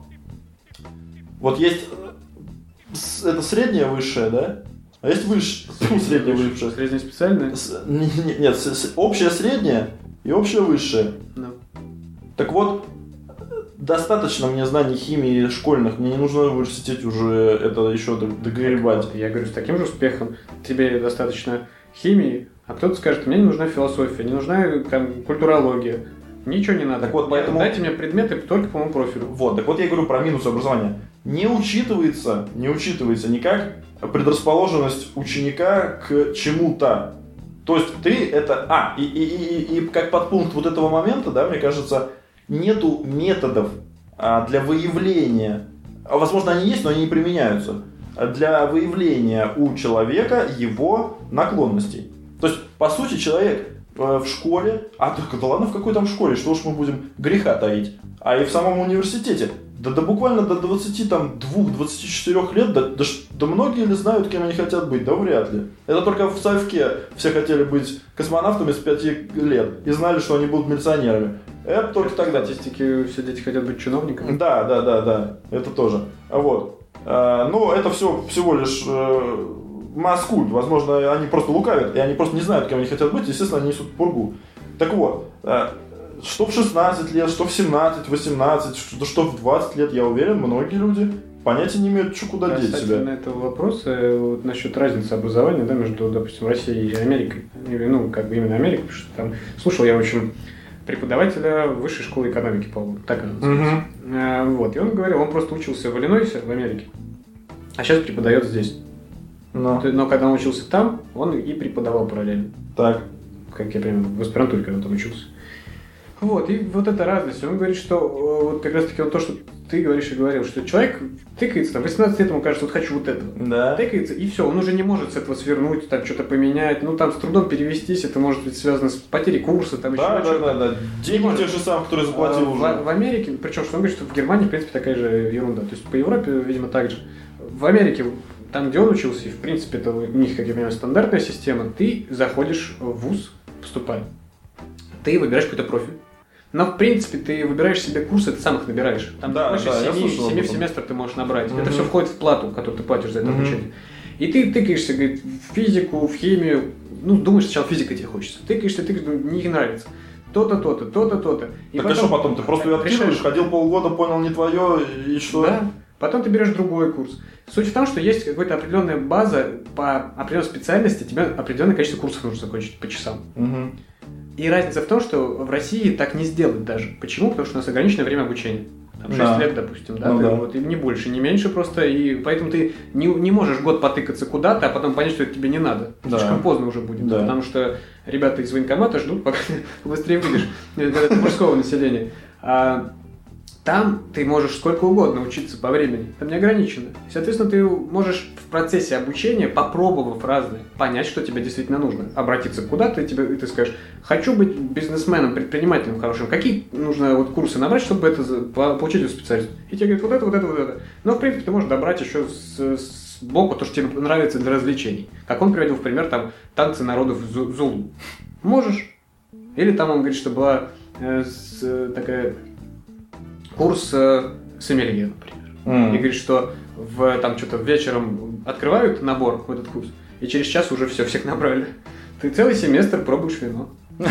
вот есть это среднее высшее, да? А есть выше, среднее высшее. Среднее специальное? Нет, нет, общее среднее и общее высшее. Да. Так вот, достаточно мне знаний химии школьных, мне не нужно в университете уже это еще догребать. Я говорю, с таким же успехом тебе достаточно химии, а кто-то скажет, мне не нужна философия, не нужна там, культурология. Ничего не надо. Так вот, поэтому... Дайте мне предметы только по моему профилю. Вот, так вот я говорю про минус образования. Не учитывается, не учитывается никак предрасположенность ученика к чему-то. То есть ты это... А, и, и, и, и как подпункт вот этого момента, да, мне кажется, нету методов а, для выявления, а, возможно, они есть, но они не применяются, для выявления у человека его наклонностей. То есть, по сути, человек э, в школе, а только да ладно в какой там школе, что уж мы будем греха таить, а и в самом университете, да, да буквально до двадцати двух-двадцати четырёх лет, да, да, да многие ли знают, кем они хотят быть, да вряд ли. Это только в совке все хотели быть космонавтами с пяти лет и знали, что они будут милиционерами. Это только в тогда. В статистике все дети хотят быть чиновниками. Да, да, да, да, это тоже. Вот. Но это все всего лишь масс-культ. Возможно, они просто лукавят, и они просто не знают, кем они хотят быть, естественно, они несут пургу. Так вот, что в шестнадцать лет, что в семнадцать, восемнадцать, что, что в двадцать лет, я уверен, многие люди понятия не имеют, что куда деть себя. На это вопрос вот, насчет разницы образования, да, между, допустим, Россией и Америкой. Или, ну, как бы именно Америкой, потому что там слушал я, в общем, преподавателя высшей школы экономики, по-моему, так она называется. Uh-huh. Вот, и он говорил, он просто учился в Иллинойсе, в Америке, а сейчас преподает здесь. No. Но когда он учился там, он и преподавал параллельно. Так. Как я понимаю, в аспирантуре, когда он там учился. Вот, и вот эта разность. Он говорит, что вот как раз таки вот то, что ты говоришь и говорил, что человек тыкается, там, восемнадцать лет ему кажется, вот хочу вот этого. Да. Тыкается, и все, он уже не может с этого свернуть, там что-то поменять, ну там с трудом перевестись, это может быть связано с потерей курса, там да, еще да, что-то. да, да. Деньги тех же самых, которые заплатил а, уже. В, в Америке, причем, что он говорит, что в Германии, в принципе, такая же ерунда. То есть по Европе, видимо, так же. В Америке, там, где он учился, и в принципе, это у них, как я понимаю, стандартная система, ты заходишь в вуз, поступай, ты выбираешь какой-то профиль. Но, в принципе, ты выбираешь себе курсы, ты сам их набираешь. Там да, больше да, семи в семестр ты можешь набрать. Mm-hmm. Это все входит в плату, которую ты платишь за это mm-hmm. обучение. И ты тыкаешься, говорит, в физику, в химию. Ну, думаешь, сначала физика тебе хочется. Тыкаешься, тыкаешься, не нравится. То-то, то-то, то-то, то-то. И так потом, а что потом? Ты просто ее откидываешь, ходил полгода, понял не твое, и что? Да. Потом ты берешь другой курс. Суть в том, что есть какая-то определенная база по определенной специальности, тебе определенное количество курсов нужно закончить по часам. Угу. И разница в том, что в России так не сделать даже. Почему? Потому что у нас ограниченное время обучения. Там шесть да. лет, допустим, да, ну, ты, да. Вот, и не больше, не меньше просто, и поэтому ты не, не можешь год потыкаться куда-то, а потом понять, что это тебе не надо. Да. Слишком поздно уже будет, да. Потому что ребята из военкомата ждут, пока ты быстрее выйдешь, это мужского населения. А там ты можешь сколько угодно учиться по времени, там не ограничено. Соответственно, ты можешь в процессе обучения, попробовав разные, понять, что тебе действительно нужно. Обратиться куда-то, и, тебе, и ты скажешь, хочу быть бизнесменом, предпринимателем хорошим. Какие нужно вот курсы набрать, чтобы это получить эту специальность? И тебе говорят, вот это, вот это, вот это. Но, в принципе, ты можешь добрать еще с, с боку то, что тебе нравится для развлечений. Как он приводил в пример, там, танцы народов Зулу. Можешь. Или там он говорит, что была э, с, такая... курс э, сомелье, например. Mm. И говорит, что в, там что-то вечером открывают набор в этот курс, и через час уже все, всех набрали. Ты целый семестр пробуешь вино.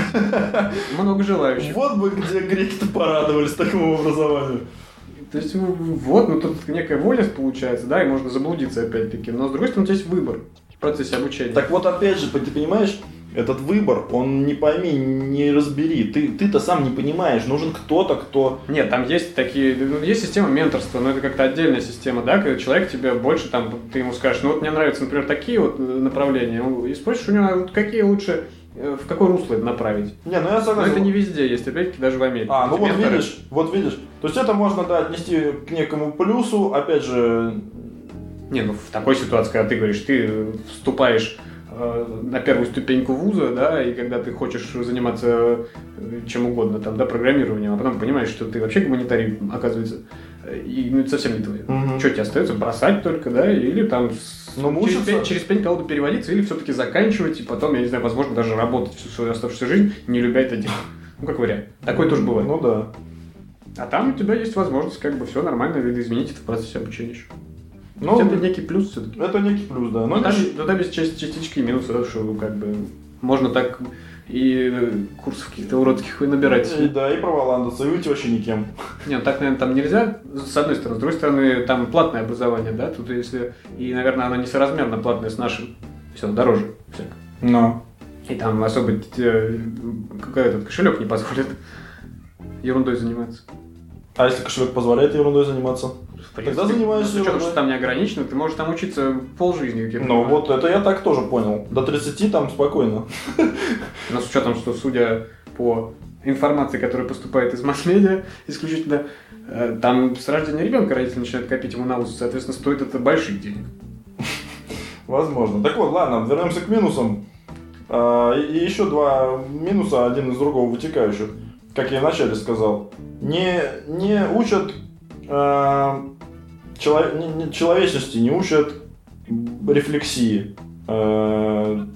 Много желающих. Вот бы где греки-то порадовались такому образованию. То есть, вот, ну тут некая вольность получается, да, и можно заблудиться опять-таки. Но с другой стороны, у тебя есть выбор в процессе обучения. Так вот, опять же, ты понимаешь, этот выбор, он не пойми, не разбери. Ты, ты-то сам не понимаешь, нужен кто-то, кто... Нет, там есть такие, есть система менторства, но это как-то отдельная система, да, когда человек тебе больше, там, ты ему скажешь, ну вот мне нравятся, например, такие вот направления, и спросишь у него, вот какие лучше, в какое русло это направить. Не, ну я согласен. Но это не везде есть, опять-таки даже в Америке. А, ну вот менторы... видишь, вот видишь. То есть это можно, да, отнести к некому плюсу, опять же... Не, ну в такой ситуации, когда ты говоришь, ты вступаешь на первую ступеньку вуза, да, и когда ты хочешь заниматься чем угодно, там, да, программированием, а потом понимаешь, что ты вообще гуманитарий, оказывается, и ну, это совсем не твое. Угу. Что тебе остается? Бросать только, да, или там ну, через, пять, через пять кого-то переводиться, или все-таки заканчивать, и потом, я не знаю, возможно, даже работать всю свою оставшуюся жизнь, не любя это делать. Ну, как вариант. Такое тоже бывает. Ну, да. А там у тебя есть возможность, как бы, все нормально, видоизменить это в процессе обучения еще. Ну, это некий плюс все-таки. Это некий плюс, да. Но, но там, но там есть частички и минусы, да, что как бы можно так и курсов каких-то уродских набирать. И, да, и проволандаться, и выйти вообще никем. Нет, так, наверное, там нельзя, с одной стороны. С другой стороны, там платное образование, да, тут если... И, наверное, оно несоразмерно платное с нашим. Все, дороже всяко. Но. И там особо какой этот кошелек не позволит ерундой заниматься. А если кошелек позволяет ерундой заниматься? Принципе, тогда занимаешься ерундой. С учетом, что там не ограничено, ты можешь там учиться полжизни. Ну вот это я так тоже понял. До тридцати там спокойно. Но с учетом, что судя по информации, которая поступает из масс-медиа, исключительно, там с рождения ребенка родители начинают копить ему на вуз, соответственно, стоит это больших денег. Возможно. Так вот, ладно, вернемся к минусам. И еще два минуса, один из другого вытекающих. Как я вначале сказал, не, не учат э, чело, не, не, человечности, не учат рефлексии. Э,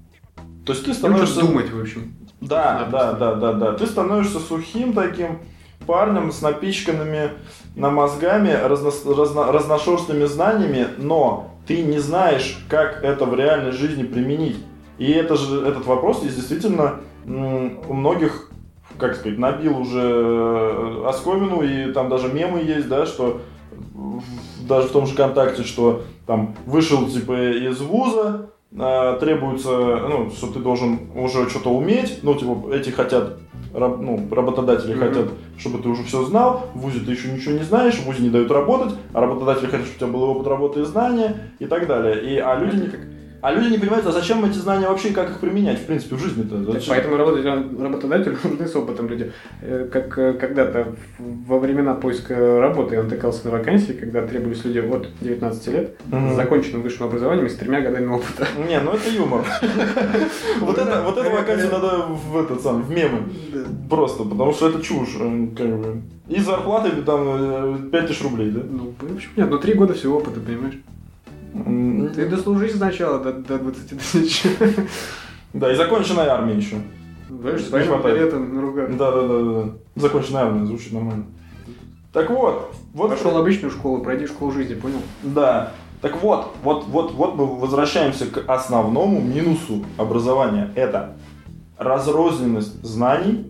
то есть ты становишься... думать, в общем. Да, да, да, да, да. Ты становишься сухим таким парнем с напичканными на мозгами разно, разно, разношерстными знаниями, но ты не знаешь, как это в реальной жизни применить. И это же, этот вопрос есть действительно м, у многих, как сказать, набил уже оскомину, и там даже мемы есть, да, что даже в том же ВКонтакте, что там вышел типа из вуза, э, требуется, ну, что ты должен уже что-то уметь, ну, типа, эти хотят, раб, ну, работодатели mm-hmm. хотят, чтобы ты уже все знал, в вузе ты еще ничего не знаешь, в вузе не дают работать, а работодатели хотят, чтобы у тебя был опыт работы и знания, и так далее. И, а люди... Это как, А люди не понимают, а зачем эти знания вообще, как их применять, в принципе, в жизни-то? Поэтому работодателю нужны с опытом люди. Как когда-то во времена поиска работы я натыкался на вакансии, когда требовались люди от девятнадцати лет mm-hmm. с законченным высшим образованием и с тремя годами опыта. Не, ну это юмор. Вот это вот эту вакансию надо в этот сам, в мемы. Просто, потому что это чушь. И зарплаты там пять тысяч рублей, да? Ну, почему нет? Ну, три года всего опыта, понимаешь? Ты дослужись сначала до, до двадцати тысяч. Да, и законченная армия еще. Знаешь, с военным билетом на руках. Да, да, да, да. Законченная армия, звучит нормально. Так вот, вот. Пошел в обычную школу, пройди школу жизни, понял? Да. Так вот, вот, вот, вот мы возвращаемся к основному минусу образования. Это разрозненность знаний.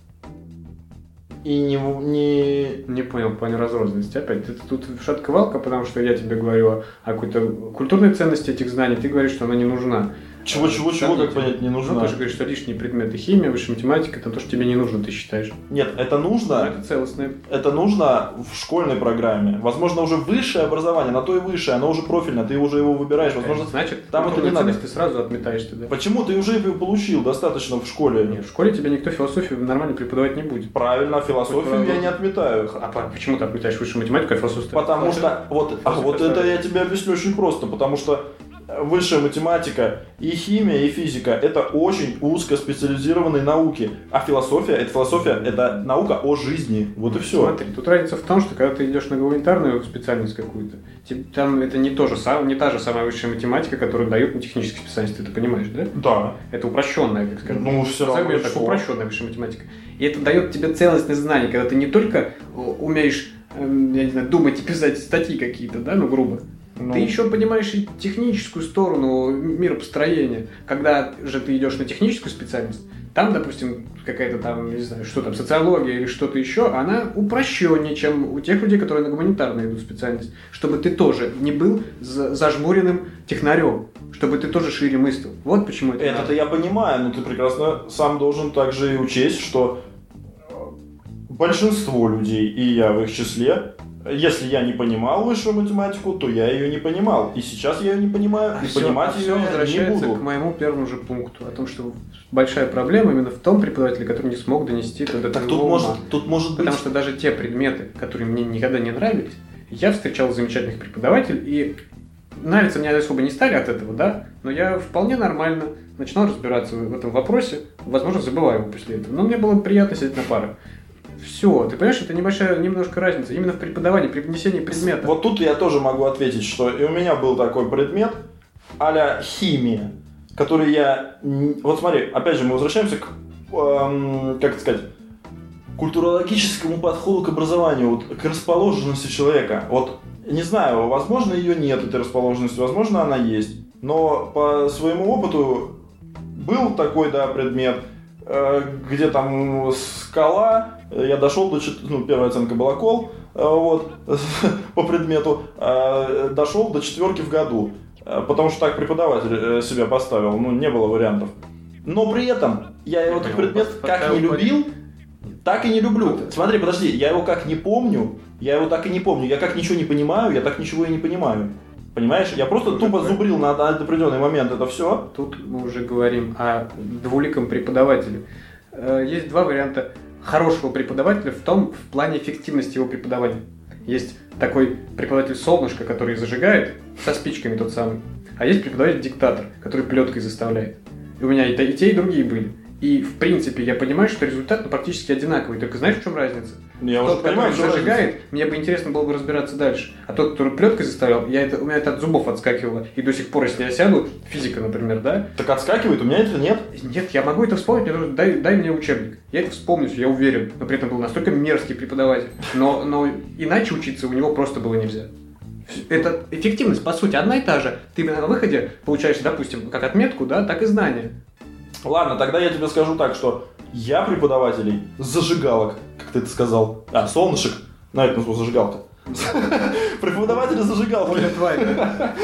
И не, не... Не понял, в плане разрозненности. Опять, это тут шатковалка, потому что я тебе говорю о какой-то культурной ценности этих знаний, ты говоришь, что она не нужна. Чего-чего-чего, как понять, не нужна? Ну, ты же говоришь, что лишние предметы химия, высшая математика, это то, что тебе не нужно, ты считаешь. Нет, это нужно. Это целостное. Это нужно в школьной программе. Возможно, уже высшее образование, на то и высшее, оно уже профильное, ты уже его выбираешь. Возможно, значит, там это не надо. Ты сразу отметаешь тогда. Почему? Ты уже его получил достаточно в школе. Нет, в школе тебе никто философию нормально преподавать не будет. Правильно, философию я не отметаю. А почему ты отметаешь высшую математику, а философию? Потому что, вот, а вот это я тебе объясню очень просто, потому что высшая математика и химия, и физика – это очень узкоспециализированные науки. А философия – это философия, это наука о жизни. Вот и все. Смотри, тут разница в том, что когда ты идешь на гуманитарную специальность какую-то, там это не, то же, не та же самая высшая математика, которую дают на технической специальности, ты это понимаешь, да? Да. Это упрощенная, как скажем. Ну, все равно. Это упрощенная высшая математика. И это дает тебе целостность знаний, когда ты не только умеешь, я не знаю, думать и писать статьи какие-то, да, ну, грубо. Ну, ты еще понимаешь и техническую сторону миропостроения. Когда же ты идешь на техническую специальность, там, допустим, какая-то там, не знаю, что там, социология или что-то еще, она упрощеннее, чем у тех людей, которые на гуманитарную идут специальность. Чтобы ты тоже не был зажмуренным технарем, чтобы ты тоже шире мыслил. Вот почему это Это-то я понимаю, но ты прекрасно сам должен также и учесть, что большинство людей, и я в их числе, если я не понимал высшую математику, то я ее не понимал. И сейчас я ее не понимаю, а и все, понимать а ее все не буду. К моему первому же пункту, о том, что большая проблема именно в том преподавателе, который не смог донести это до так твоего тут ума. может, тут может быть... Потому что даже те предметы, которые мне никогда не нравились, я встречал замечательных преподавателей, и нравиться мне особо не стали от этого, да, но я вполне нормально начинал разбираться в этом вопросе, возможно, забываю его после этого, но мне было приятно сидеть на парах. Все, ты понимаешь, это небольшая немножко разница именно в преподавании, преподнесении предмета. Вот тут я тоже могу ответить, что и у меня был такой предмет а-ля химия, который я... Вот смотри, опять же, мы возвращаемся к, эм, как это сказать, культурологическому подходу к образованию, вот, к расположенности человека. Вот, не знаю, возможно, ее нет, этой расположенности, возможно, она есть. Но по своему опыту был такой, да, предмет, э, где там скала, я дошел до, ну, первая оценка была кол, э, вот, по предмету, э, дошел до четверки в году, э, потому что так преподаватель себя поставил, ну, не было вариантов. Но при этом я его этот предмет как не любил, так и не люблю. Смотри, подожди, я его как не помню, я его так и не помню, я как ничего не понимаю, я так ничего и не понимаю. Понимаешь? Я просто тупо зубрил на определенный момент это все. Тут мы уже говорим о двуликом преподавателе. Есть два варианта хорошего преподавателя в том, в плане эффективности его преподавания. Есть такой преподаватель солнышко, который зажигает, со спичками тот самый. А есть преподаватель-диктатор, который плеткой заставляет. И у меня и, и те, и другие были. И, в принципе, я понимаю, что результат ну, практически одинаковый. Только знаешь, в чем разница? Я тот, уже понимаю, который зажигает, мне бы интересно было бы разбираться дальше. А тот, который плеткой заставлял, я это, у меня это от зубов отскакивало. И до сих пор, если я сяду, физика, например, да? Так отскакивает, у меня это нет. Нет, я могу это вспомнить, мне нужно, дай, дай мне учебник. Я это вспомню, я уверен. Но при этом был настолько мерзкий преподаватель. Но, но иначе учиться у него просто было нельзя. Это эффективность, по сути, одна и та же. Ты на выходе получаешь, допустим, как отметку, да, так и знания. Ладно, тогда я тебе скажу так, что я преподавателей зажигалок, как ты это сказал, а, солнышек, на это назвал зажигалка. Преподаватели зажигалки.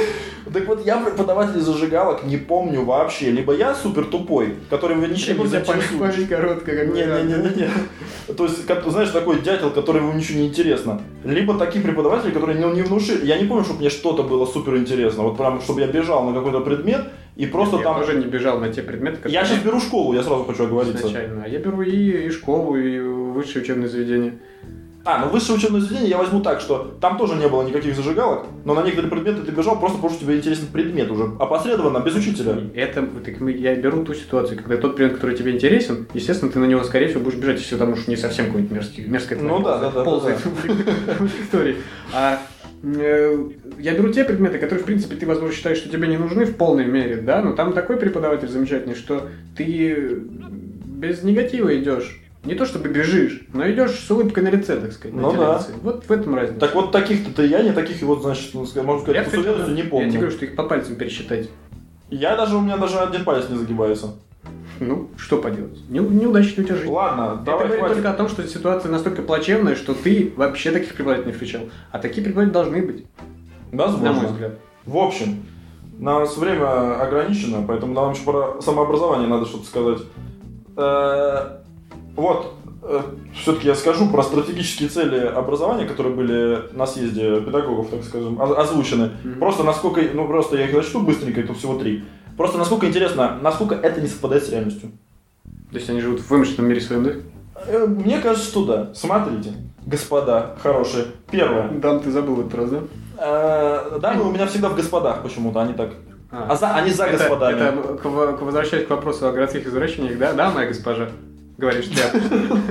Так вот, я преподавателей зажигалок не помню вообще. Либо я супер тупой, который вы ничем не заинтересует. Память короткая, как Не-не-не-не. То есть, как, знаешь, такой дятел, которому ничего не интересно. Либо такие преподаватели, которые не, не внушили. Я не помню, чтобы мне что-то было супер интересно. Вот прям, чтобы я бежал на какой-то предмет и просто я там... Я тоже не бежал на те предметы, которые... Я сейчас беру школу, я сразу хочу оговориться. Изначально. А я беру и, и школу, и высшее учебное заведение. А, ну высшее учебное заведение я возьму так, что там тоже не было никаких зажигалок, но на некоторые предметы ты бежал просто потому, что тебе интересен предмет уже, опосредованно, без учителя. Это, так мы, я беру ту ситуацию, когда тот предмет, который тебе интересен, естественно, ты на него, скорее всего, будешь бежать, если там уж не совсем какой-нибудь мерзкий, мерзкая ну, да, да, да, ползает в истории. А я беру те предметы, которые, в принципе, ты, возможно, считаешь, что тебе не нужны в полной мере, да, но там такой преподаватель замечательный, что ты без негатива идешь. Не то чтобы бежишь, но идешь с улыбкой на лице, так сказать. Ну да. Вот в этом разница. Так вот таких-то я не таких, и вот, значит, можно сказать, по суверенности не помню. Я тебе говорю, что их по пальцам пересчитать. Я даже, у меня даже один палец не загибается. Ну, что поделать? Не, неудачно у тебя жизнь. Ладно, это давай, говорит хватит. только о том, что ситуация настолько плачевная, что ты вообще таких преподавателей не встречал. А такие преподаватели должны быть. Возможно. На мой взгляд. В общем, у нас время ограничено, поэтому нам еще про самообразование надо что-то сказать. Э-э- вот, э- все-таки я скажу про стратегические цели образования, которые были на съезде педагогов, так скажем, о- озвучены. Mm-hmm. Просто насколько, ну просто я их зачту быстренько, это всего три. Просто насколько интересно, насколько это не совпадает с реальностью. То есть они живут в вымышленном мире своем, да? Э, Мне кажется, что да. Смотрите, господа хорошие. Первое. Дам, ты забыл этот раз, да? Э, дамы у меня всегда в господах почему-то, они так. А, а за, они за это, господами. Это, к, к, возвращаясь к вопросу о городских извращениях, да, да, моя госпожа? Говоришь ты.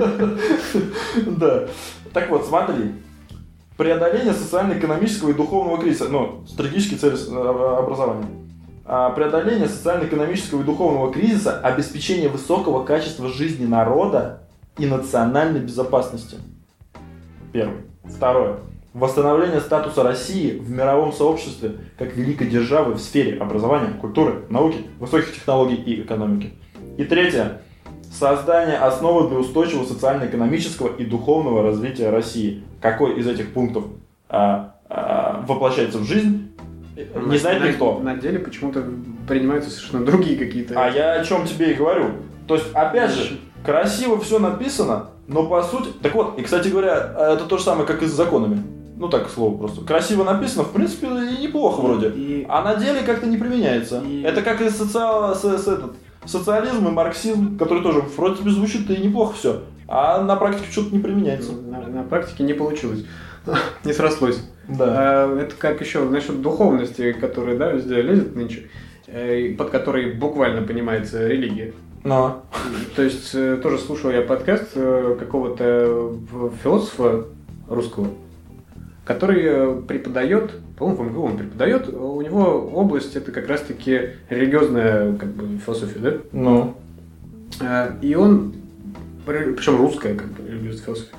Да. Так вот, смотри. Преодоление социально-экономического и духовного кризиса. Ну, стратегические цели образования. Преодоление социально-экономического и духовного кризиса, обеспечение высокого качества жизни народа и национальной безопасности. Первое. Второе. Восстановление статуса России в мировом сообществе как великой державы в сфере образования, культуры, науки, высоких технологий и экономики. И третье. Создание основы для устойчивого социально-экономического и духовного развития России. Какой из этих пунктов а, а, воплощается в жизнь, не на, знает на, никто. На деле почему-то принимаются совершенно другие какие-то... А я о чем тебе и говорю. То есть, опять же, красиво все написано, но по сути... Так вот, и, кстати говоря, это то же самое, как и с законами. Ну так, к слову просто. Красиво написано, в принципе, и неплохо вроде. И... А на деле как-то не применяется. И... Это как и социал... с, с, этот, социализм и марксизм, который тоже вроде бы звучит и неплохо все. А на практике что-то не применяется. На, на практике не получилось. Не срослось. Да. А, это как еще насчет духовности, которая, да, везде лезет нынче, под которой буквально понимается религия. Но. То есть тоже слушал я подкаст какого-то философа русского, который преподает, по-моему, в МГУ он преподает, у него область это как раз-таки религиозная как бы, философия, да? Ну. И он, причем русская как бы религиозная философия,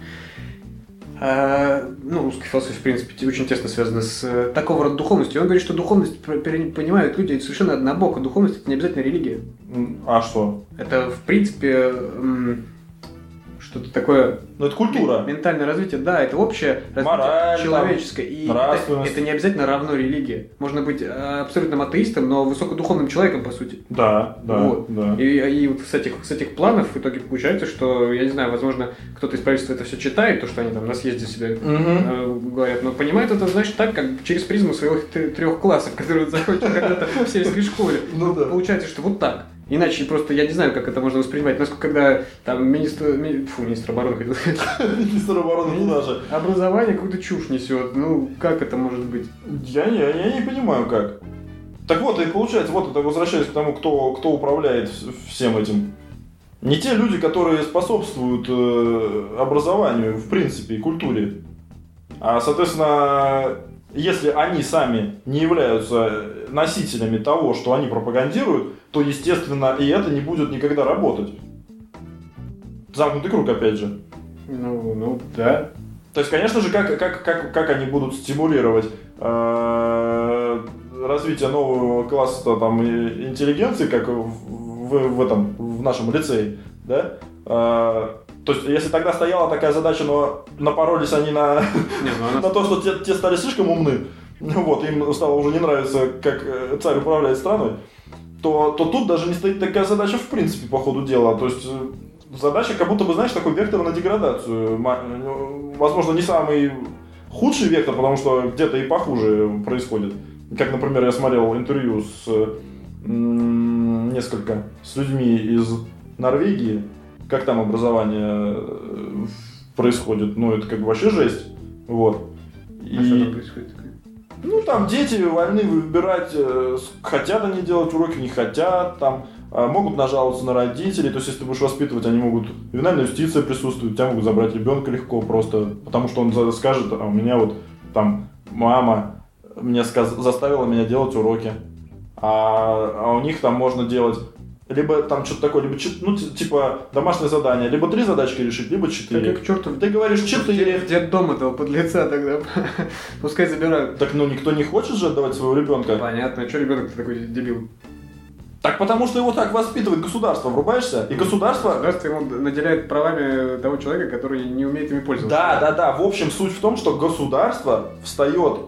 ну, русская философия, в принципе, очень тесно связана с такого рода духовностью. Он говорит, что духовность понимают люди совершенно однобоко. Духовность – это не обязательно религия. А что? Это, в принципе, что-то такое... Ну, это культура. Ментальное развитие, да, это общее развитие человеческое. И это, это не обязательно равно религии. Можно быть абсолютным атеистом, но высокодуховным человеком, по сути. Да, да, вот. да. И, и вот с этих, с этих планов в итоге получается, что, я не знаю, возможно, кто-то из правительства это все читает, то, что они там на съезде себе угу. э, говорят, но понимает это, значит, так, как через призму своих трех классов, которые закончили когда-то в сельской школе. Ну да. Получается, что вот так. Иначе просто я не знаю, как это можно воспринимать. Насколько когда там министр, ми, фу, министр обороны хотел сказать. Министр обороны туда же. Образование какую-то чушь несет. Ну, как это может быть? Я не, я не понимаю, как. Так вот, и получается, вот это возвращаясь к тому, кто, кто управляет всем этим. Не те люди, которые способствуют э, образованию, в принципе, и культуре. А, соответственно, если они сами не являются носителями того, что они пропагандируют, то, естественно, и это не будет никогда работать. Замкнутый круг, опять же. Ну, ну да. То есть, конечно же, как, как, как, как они будут стимулировать э, развитие нового класса там, интеллигенции, как в, в, в, этом, в нашем лицее, да? Э, то есть, если тогда стояла такая задача, но напоролись они на, Не, ну, она... на то, что те, те стали слишком умны, вот, им стало уже не нравиться, как царь управляет страной, то, то тут даже не стоит такая задача в принципе по ходу дела. То есть задача как будто бы, знаешь, такой вектор на деградацию. Возможно, не самый худший вектор, потому что где-то и похуже происходит. Как, например, я смотрел интервью с м- несколько с людьми из Норвегии, как там образование происходит. Ну, это как бы вообще жесть. Вот. А и... что там происходит? Ну, там дети вольны выбирать, хотят они делать уроки, не хотят, там могут нажаловаться на родителей, то есть если ты будешь воспитывать, они могут, ювенальная юстиция присутствует, тебя могут забрать ребенка легко просто, потому что он скажет, а у меня вот там мама мне сказ... заставила меня делать уроки, а... а у них там можно делать либо там что-то такое, либо ну, типа домашнее задание, либо три задачки решить, либо четыре. Так, чертов, ты говоришь четыре. В детдом этого подлеца тогда пускай забирают. Так ну никто не хочет же отдавать своего ребенка. Понятно, а что ребенок такой дебил? Так потому что его так воспитывает государство, врубаешься? И государство... Государство ему наделяет правами того человека, который не умеет ими пользоваться. Да, да, да. В общем, суть в том, что государство встает...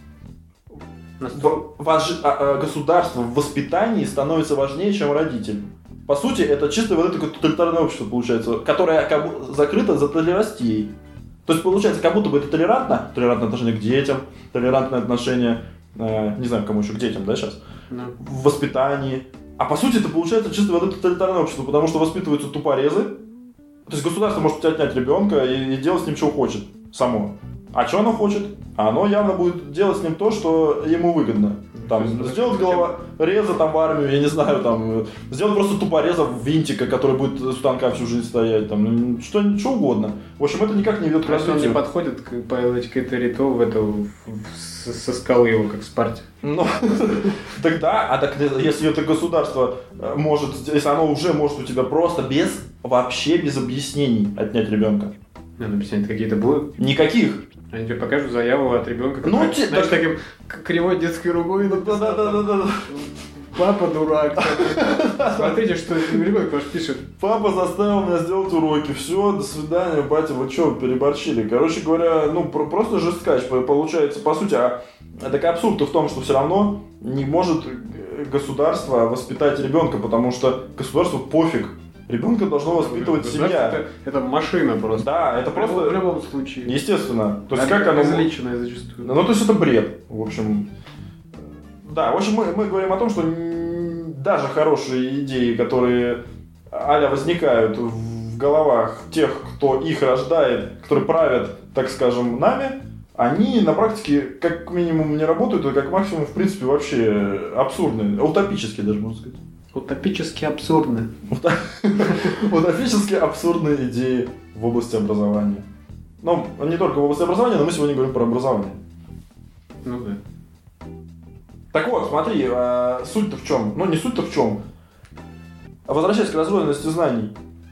В, вож... а, а, государство в воспитании становится важнее, чем родитель. По сути, это чисто вот это тоталитарное общество получается, которое как бы закрыто за толерастией. То есть получается, как будто бы это толерантно, толерантное отношение к детям, толерантное отношение, э, не знаю, кому еще, к детям, да, сейчас, no. в воспитании. А по сути это получается чисто вот это тоталитарное общество, потому что воспитываются тупорезы. То есть государство может отнять ребенка и, и делать с ним что хочет, само. А что оно хочет? А оно явно будет делать с ним то, что ему выгодно. Там, сделать головореза там в армию, я не знаю, там, сделать просто тупореза винтика, который будет у станка всю жизнь стоять, там, что, что угодно. В общем, это никак не ведет к развитию. Он не подходит к какой-то ритуал в это, со скалы его, как в Спарте. Ну, тогда, а так если это государство может, если оно уже может у тебя просто без, вообще без объяснений отнять ребенка. Надо объяснять, какие-то будут? Никаких. Они тебе покажут заяву от ребенка, ну, как, те, знаешь, так... таким кривой детской рукой. Да, да, да, да, да. Папа дурак. Смотрите, что ребенок ваш пишет. Папа заставил меня сделать уроки. Все, до свидания, батя, вы что, переборчили? Короче говоря, ну просто жесткач получается, по сути. А так абсурд-то в том, что все равно не может государство воспитать ребенка, потому что государству пофиг. Ребенка должно воспитывать семья. Это, это машина просто. Да, это просто... В любом случае. Естественно. То есть это как оно... Изличенное зачастую. Ну, то есть это бред. В общем... Да, в общем, мы, мы говорим о том, что даже хорошие идеи, которые а-ля возникают в головах тех, кто их рождает, которые правят, так скажем, нами, они на практике как минимум не работают, а как максимум, в принципе, вообще абсурдные. Утопические даже, можно сказать. Утопически абсурдны. Утопически абсурдные идеи в области образования. Ну, не только в области образования, но мы сегодня говорим про образование. Ну да. Так вот, смотри, суть-то в чем? Ну, не суть-то в чем. Возвращаясь к раздвоенности знаний.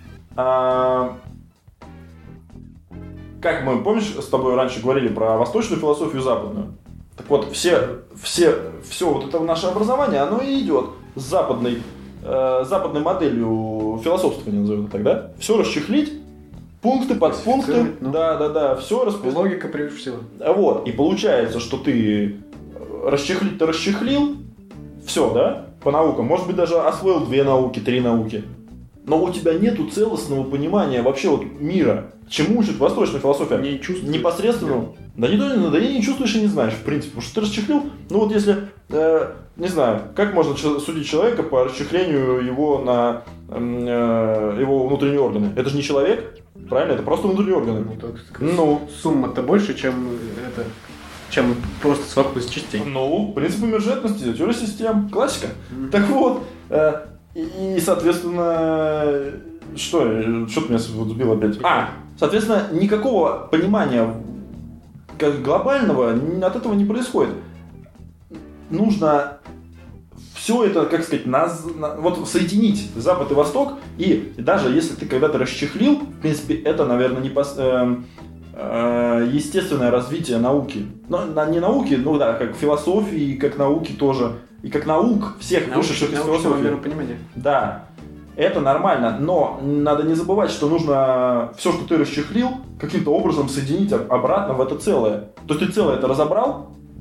Как мы, помнишь, с тобой раньше говорили про восточную философию и западную? Так вот, все, все, все вот это наше образование, оно и идет с западной, э, западной моделью философствования, назовем это так, да? Все расчехлить, пункты, подпункты, ну, да, да, да, все расписать. Логика прежде всего. Вот, и получается, что ты расчехлить-то расчехлил, все, да, по наукам, может быть, даже освоил две науки, три науки, но у тебя нету целостного понимания вообще вот мира. Чему учит восточная философия? Не чувствуешь. Непосредственно. Да не, да и не чувствуешь и не знаешь, в принципе. Потому что ты расчехлил. Ну вот если, э, не знаю, как можно судить человека по расчехлению его на э, его внутренние органы? Это же не человек, правильно? Это просто внутренние органы. Ну, так, ну сумма-то больше, чем это, чем просто совокупность частей. Ну, принцип эмерджентности, теория систем, классика. Mm-hmm. Так вот, э, и, соответственно, что, что ты меня сбил опять? А, соответственно, никакого понимания как глобального от этого не происходит. Нужно все это, как сказать, наз... вот соединить Запад и Восток, и даже если ты когда-то расчехлил, в принципе, это, наверное, не пос... э, э, естественное развитие науки. Но не науки, ну да, как философии, как науки тоже. И как наук всех Науч, вышедших из философии. Да, это нормально, но надо не забывать, что нужно все, что ты расчехлил, каким-то образом соединить обратно в это целое. То есть ты целое это разобрал,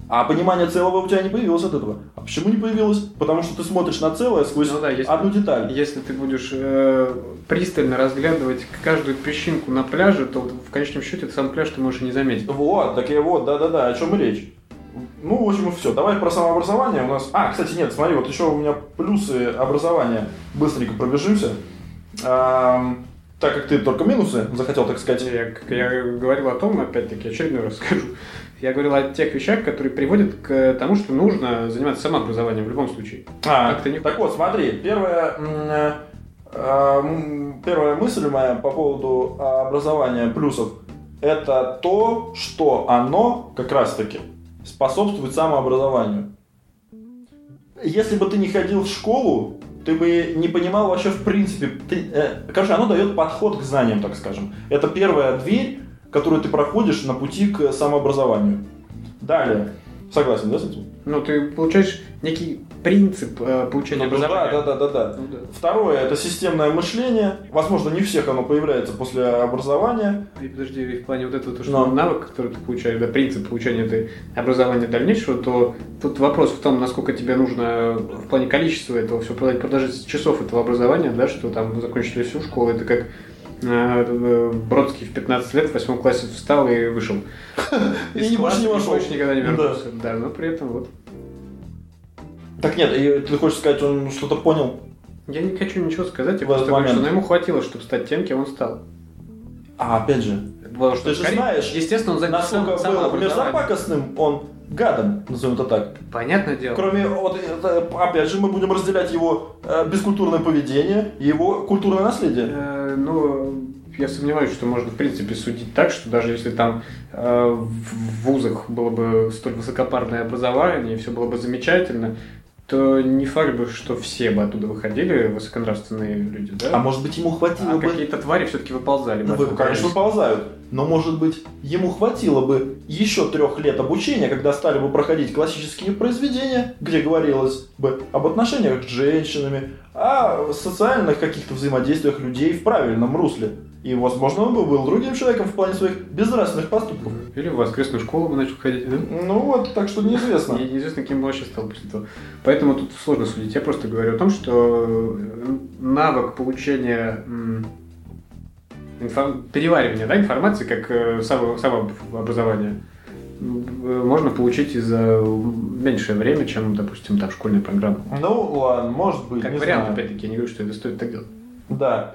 А понимание целого у тебя не появилось от этого. А почему не появилось? Потому что ты смотришь на целое сквозь Ну да, если, одну деталь. Если ты будешь э, пристально разглядывать каждую песчинку на пляже, то в конечном счете сам пляж ты можешь и не заметить. Вот, так и вот, да-да-да, о чем и речь. Ну, в общем, все. Давай про самообразование у нас... А, кстати, нет, смотри, вот еще у меня плюсы образования. Быстренько пробежимся. А, так как ты только минусы захотел, так сказать. Я, как я говорил о том, опять-таки, очередной раз скажу. Я говорил о тех вещах, которые приводят к тому, что нужно заниматься самообразованием в любом случае. А, не... Так вот, смотри, первая, первая мысль моя по поводу образования плюсов – это то, что оно как раз-таки способствует самообразованию. Если бы ты не ходил в школу, ты бы не понимал вообще в принципе. Ты, э, короче, оно дает подход к знаниям, так скажем. Это первая дверь, которую ты проходишь на пути к самообразованию. Далее. Согласен, да, с этим? Ну, ты получаешь некий принцип э, получения ну, образования. Да, да, да, да, да. Ну, да. Второе – это системное мышление. Возможно, не всех оно появляется после образования. И подожди, в плане вот этого, то, что Но. навык, который ты получаешь, да, принцип получения этой образования дальнейшего, то тут вопрос в том, насколько тебе нужно в плане количества этого все продолжить часов этого образования, да, что там закончили всю школу, это как Бродский в пятнадцать лет в восьмом классе встал и вышел. И не больше не вошел. Больше никогда не вернулся. Да, но при этом вот. Так нет, и ты хочешь сказать, он что-то понял? Я не хочу ничего сказать, я просто говорю, что ему хватило, чтобы стать тем, кем он стал. А опять же, Потому что ты же знаешь, естественно, он насколько был мерзопакостным он гадом, назовем это так. Понятное дело. Кроме, вот, опять же, мы будем разделять его бескультурное поведение и его культурное наследие. Э, ну, я сомневаюсь, что можно в принципе судить так, что даже если там э, в вузах было бы столь высокопарное образование и все было бы замечательно, то не факт бы, что все бы оттуда выходили, высоконравственные люди, да? А может быть, ему хватило а бы... какие-то твари все-таки выползали. Ну, вы, конечно, выползают. Но, может быть, ему хватило бы еще трех лет обучения, когда стали бы проходить классические произведения, где говорилось бы об отношениях с женщинами, о социальных каких-то взаимодействиях людей в правильном русле. И, возможно, он бы был другим человеком в плане своих безнравственных поступков. Или в воскресную школу бы начал ходить, да? Ну вот, так что неизвестно. Неизвестно, кем бы вообще стал после этого. Поэтому тут сложно судить. Я просто говорю о том, что навык получения инфо... переваривания, да, информации, как само... самообразование, можно получить и за меньшее время, чем, допустим, там, школьная программа. Ну ладно, может быть. Как вариант, опять-таки, я не говорю, что это стоит так делать. Да.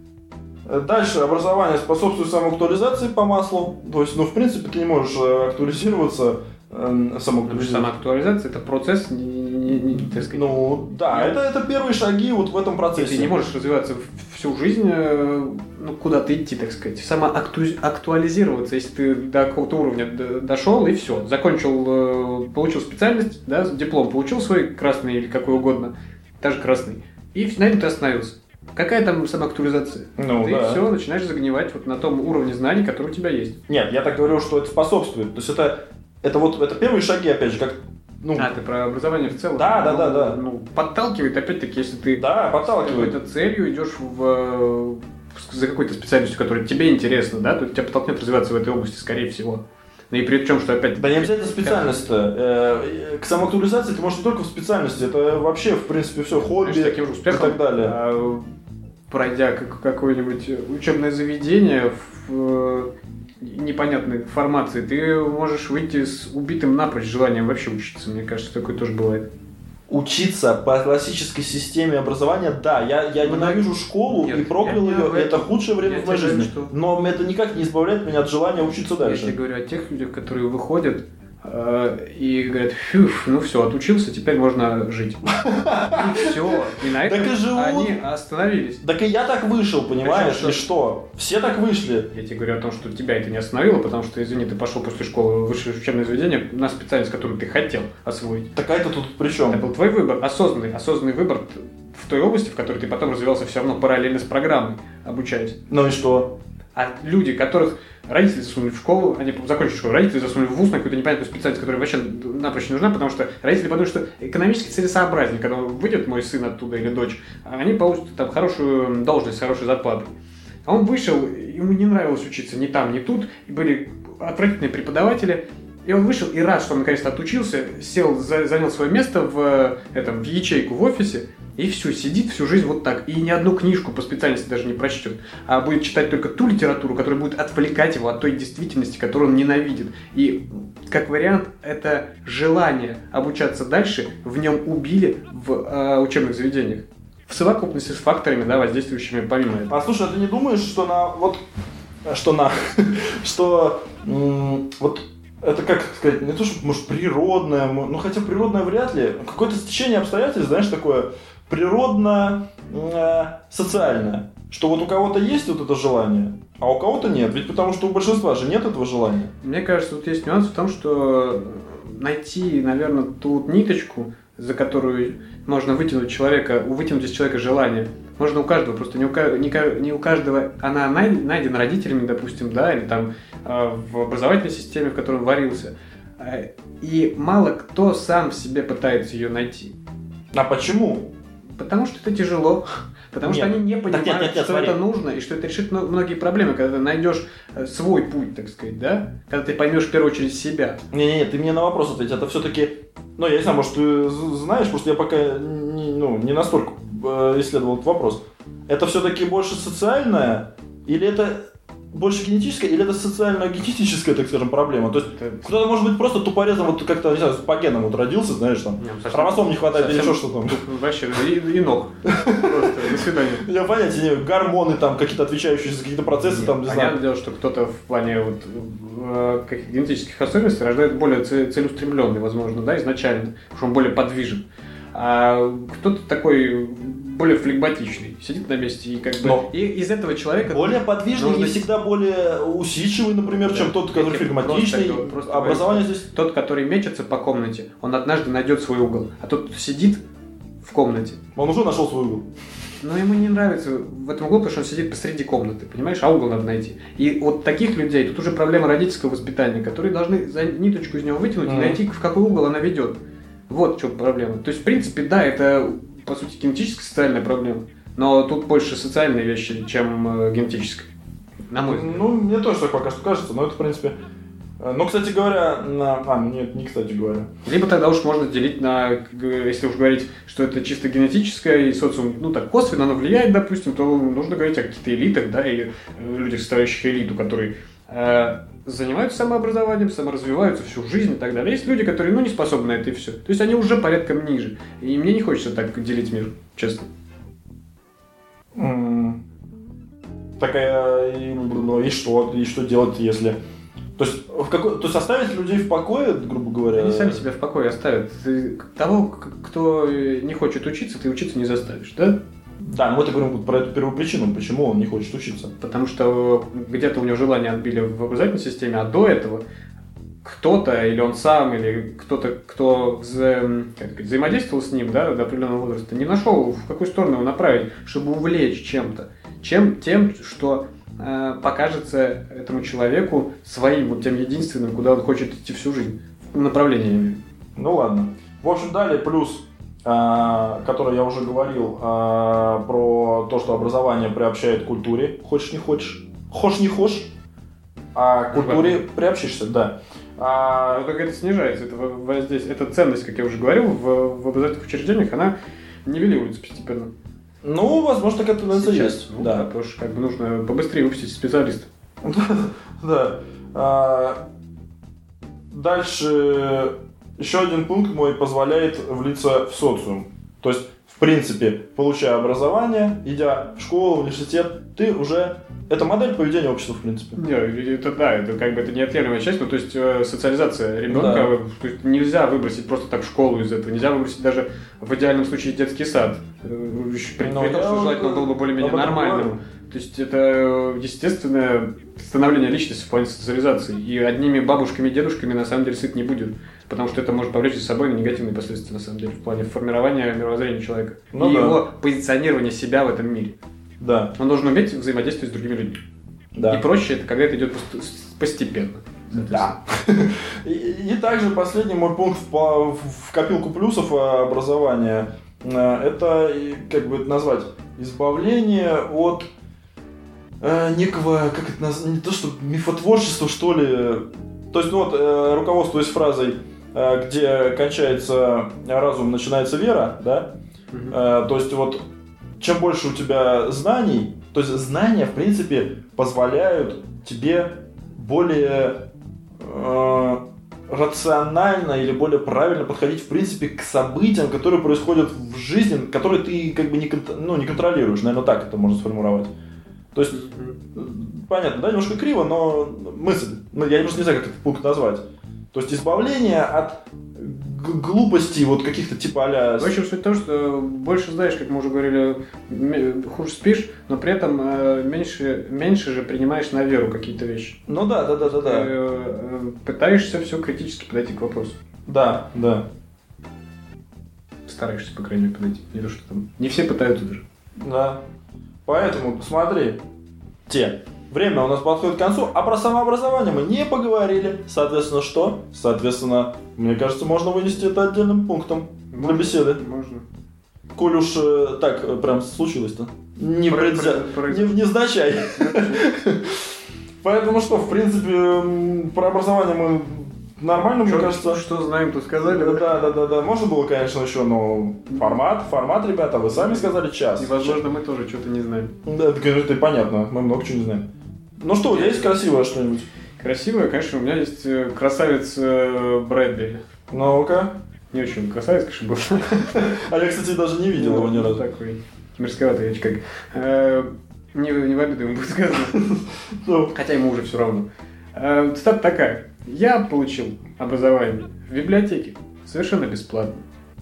Дальше образование способствует самоактуализации по маслу. То есть, ну, в принципе, ты не можешь актуализироваться э, самоактуализироваться. Самоактуализация – это процесс, не, не, не, так сказать. Ну, да, это, это первые шаги вот в этом процессе. Ты не можешь развиваться всю жизнь, ну, куда-то идти, так сказать. Самоактуализироваться, если ты до какого-то уровня дошел, и все. Закончил, получил специальность, да, диплом получил свой, красный или какой угодно, даже красный, и на этом ты остановился. Какая там самоактуализация? Ну, ты да. все начинаешь загнивать вот на том уровне знаний, который у тебя есть. Нет, я так говорю, что это способствует. То есть это, это вот это первые шаги, опять же, как. Ну, а, ты про образование в целом? Да, да, ну, да, да. Ну, подталкивает, опять-таки, если ты да, подталкивает. с какой-то целью идешь в, за какой-то специальностью, которая тебе интересна, да, то тебя подтолкнет развиваться в этой области, скорее всего. Ну и при чем, что опять... Да не обязательно специальность-то. К самоактуализации ты можешь не только в специальности, это вообще, в принципе, все хобби и так далее. А, пройдя какое-нибудь учебное заведение в непонятной формации, ты можешь выйти с убитым напрочь желанием вообще учиться. Мне кажется, такое тоже бывает. Учиться по классической системе образования, да, я, я ну, ненавижу школу нет, и проклял ее, это, это худшее время я в моей жизни, что... но это никак не избавляет меня от желания учиться дальше. Я тебе говорю о тех людях, которые выходят э, и говорят, фу, ну все, отучился, теперь можно жить. И все, и на этом они остановились. Так и я так вышел, понимаешь, и что? Все так вышли. Я тебе говорю о том, что тебя это не остановило, потому что, извини, ты пошел после школы в высшее учебное заведение на специальность, которую ты хотел освоить. Так а это тут при чем? Это был твой выбор, осознанный, осознанный выбор в той области, в которой ты потом развивался все равно параллельно с программой, обучаясь. Ну и что? А люди, которых родители засунули в школу, они закончили школу, родители засунули в вуз на какую-то непонятную специальность, которая вообще напрочь не нужна, потому что родители подумают, что экономически целесообразнее, когда выйдет мой сын оттуда или дочь, они получат там хорошую должность, хорошую зарплату. А он вышел, ему не нравилось учиться ни там, ни тут, и были отвратительные преподаватели, И он вышел и рад, что он наконец-то отучился, сел, за, занял свое место в, этом, в ячейку в офисе, и все, сидит всю жизнь вот так. И ни одну книжку по специальности даже не прочтет, а будет читать только ту литературу, которая будет отвлекать его от той действительности, которую он ненавидит. И, как вариант, это желание обучаться дальше в нем убили в э, учебных заведениях. В совокупности с факторами, да, воздействующими помимо этого. А слушай, а ты не думаешь, что на... Вот, что на... что... М- вот... Это, как сказать, не то, что, может, природное, ну, хотя природное вряд ли, какое-то стечение обстоятельств, знаешь, такое природно-социальное, что вот у кого-то есть вот это желание, а у кого-то нет, ведь потому что у большинства же нет этого желания. Мне кажется, тут есть нюанс в том, что найти, наверное, ту ниточку, за которую можно вытянуть человека, вытянуть из человека желание, можно у каждого, просто не у, не у каждого она найдена родителями, допустим, да, или там в образовательной системе, в которой он варился. И мало кто сам в себе пытается ее найти. А почему? Потому что это тяжело. Потому нет. что они не понимают, нет, нет, нет, что смотри. Это нужно, и что это решит многие проблемы, когда ты найдешь свой путь, так сказать, да? Когда ты поймешь в первую очередь себя. Не-не-не, ты мне на вопрос ответь, это все-таки... Ну, я не знаю, может, ты знаешь, потому что я пока не, ну, не настолько исследовал этот вопрос. Это все-таки больше социальное, или это... больше генетическая, или это социально-генетическая, так скажем, проблема? То есть это... кто-то может быть просто тупорезом, вот как-то, не знаю, по генам вот родился, знаешь, там, не, хромосом не хватает совсем... или еще что-то там. Вообще, и, и ног. Просто, до свидания. Я понятия не имею, гормоны там, какие-то отвечающие за какие-то процессы, Нет, там, не понятное знаю. дело, что кто-то в плане вот, каких генетических особенностей рождает более целеустремленный, возможно, да, изначально, потому что он более подвижен. А кто-то такой более флегматичный, сидит на месте и как бы... Но и из этого человека... Более подвижный, нужно... не всегда более усидчивый, например, да, чем тот, который флегматичный. Просто, просто образование здесь... Тот, который мечется по комнате, он однажды найдет свой угол. А тот, кто сидит в комнате... Он уже нашел свой угол. Но ему не нравится в этом углу, потому что он сидит посреди комнаты, понимаешь? А угол надо найти. И вот таких людей, тут уже проблема родительского воспитания, которые должны за ниточку из него вытянуть mm. и найти, в какой угол она ведет. Вот в чем проблема. То есть, в принципе, да, это, по сути, генетическая социальная проблема, но тут больше социальные вещи, чем э, генетическая, на мой взгляд. Ну, мне тоже так пока что кажется, но это, в принципе... Ну, кстати говоря, на... А, нет, не кстати говоря. Либо тогда уж можно делить на, если уж говорить, что это чисто генетическое, и социум, ну, так косвенно оно влияет, допустим, то нужно говорить о каких-то элитах, да, и людях, составляющих элиту, которые... Э, занимаются самообразованием, саморазвиваются всю жизнь и так далее. Есть люди, которые, ну, не способны на это и все. То есть они уже порядком ниже. И мне не хочется так делить мир, честно. Mm. Так, а, и, ну, и что? И что делать, если... То есть, в какой... То есть оставить людей в покое, грубо говоря? Они сами себя в покое оставят. Ты того, кто не хочет учиться, ты учиться не заставишь, да? Да, но мы-то говорим про эту первую причину, почему он не хочет учиться. Потому что где-то у него желание отбили в образовательной системе, а до этого кто-то, или он сам, или кто-то, кто вза... как сказать, взаимодействовал с ним, да, до определенного возраста, не нашел, в какую сторону его направить, чтобы увлечь чем-то. Чем, тем, что э, покажется этому человеку своим, вот тем единственным, куда он хочет идти всю жизнь, направлениями. Ну ладно. В общем, далее плюс... который я уже говорил, про то, что образование приобщает к культуре, хочешь не хочешь, хочешь не хочешь, а к культуре ну, приобщишься, да. А... Но только это снижается, это, здесь, эта ценность, как я уже говорил, в, в образовательных учреждениях, она нивелируется постепенно. Ну, возможно, такая тенденция есть. Ну, да. Да, потому что как бы нужно побыстрее выпустить специалистов. Да. Дальше... Еще один пункт мой позволяет влиться в социум. То есть, в принципе, получая образование, идя в школу, в университет, ты уже... Это модель поведения общества, в принципе. Не, это да, это как бы это неотъемлемая часть, ну, то есть социализация ребенка, да. То есть нельзя выбросить просто так школу из этого, нельзя выбросить даже в идеальном случае детский сад, при, при том, что желательно было бы более-менее нормальным. То есть это естественное становление личности в плане социализации. И одними бабушками и дедушками на самом деле сыт не будет. Потому что это может повлечь за собой негативные последствия, на самом деле, в плане формирования мировоззрения человека. Ну, и да. его позиционирования себя в этом мире. Да. Он должен уметь взаимодействовать с другими людьми. Да. И проще это, когда это идет постепенно. Да. И, и также последний мой пункт в, в копилку плюсов образования. Это, как бы это назвать, избавление от э, некого, как это назвать, не то что мифотворчества, что ли, То есть, ну вот, э, руководствуясь фразой, э, где кончается разум, начинается вера, да? Мгм. Э, то есть, вот, чем больше у тебя знаний, то есть, знания, в принципе, позволяют тебе более э, рационально или более правильно подходить, в принципе, к событиям, которые происходят в жизни, которые ты, как бы, не, кон- ну, не контролируешь. Наверное, так это можно сформулировать. То есть, понятно, да, немножко криво, но мысль. Ну, я просто не знаю, как этот пункт назвать. То есть избавление от г- глупостей, вот каких-то типа а-ля... В общем, суть в том, что больше знаешь, как мы уже говорили, м- хуже спишь, но при этом э, меньше, меньше же принимаешь на веру какие-то вещи. Ну да, да, да, да, Ты да. э, пытаешься все критически подойти к вопросу. Да, да. Стараешься, по крайней мере, подойти. Не то, что там. Не все пытаются даже. Да. Поэтому, смотри, те. Время у нас подходит к концу, а про самообразование мы не поговорили. Соответственно, что? Соответственно, мне кажется, можно вынести это отдельным пунктом для беседы. Можно. Коль уж э, так э, прям случилось-то. Не, Про- предзя... про- про- не, не сдачай. Поэтому что, в принципе, м, про образование мы нормально, мне Что, кажется. что знаем, то сказали. Да, да, да, да. Можно было, конечно, еще, но формат, формат, ребята, вы сами сказали час. И, возможно, мы тоже что-то не знаем. Да, это, конечно, и понятно. Мы много чего не знаем. Ну что, у тебя есть красивое что-нибудь? Красивое, конечно, у меня есть э, красавец э, Брэдбери. Ну-ка. Не очень красавец, конечно, был. А я, кстати, даже не видел его ни разу. Такой мерзковатый, как. Э, Не, не в обиду ему будет сказано. Ну, Хотя ему уже все равно. Э, Цитата такая. Я получил образование в библиотеке совершенно бесплатно.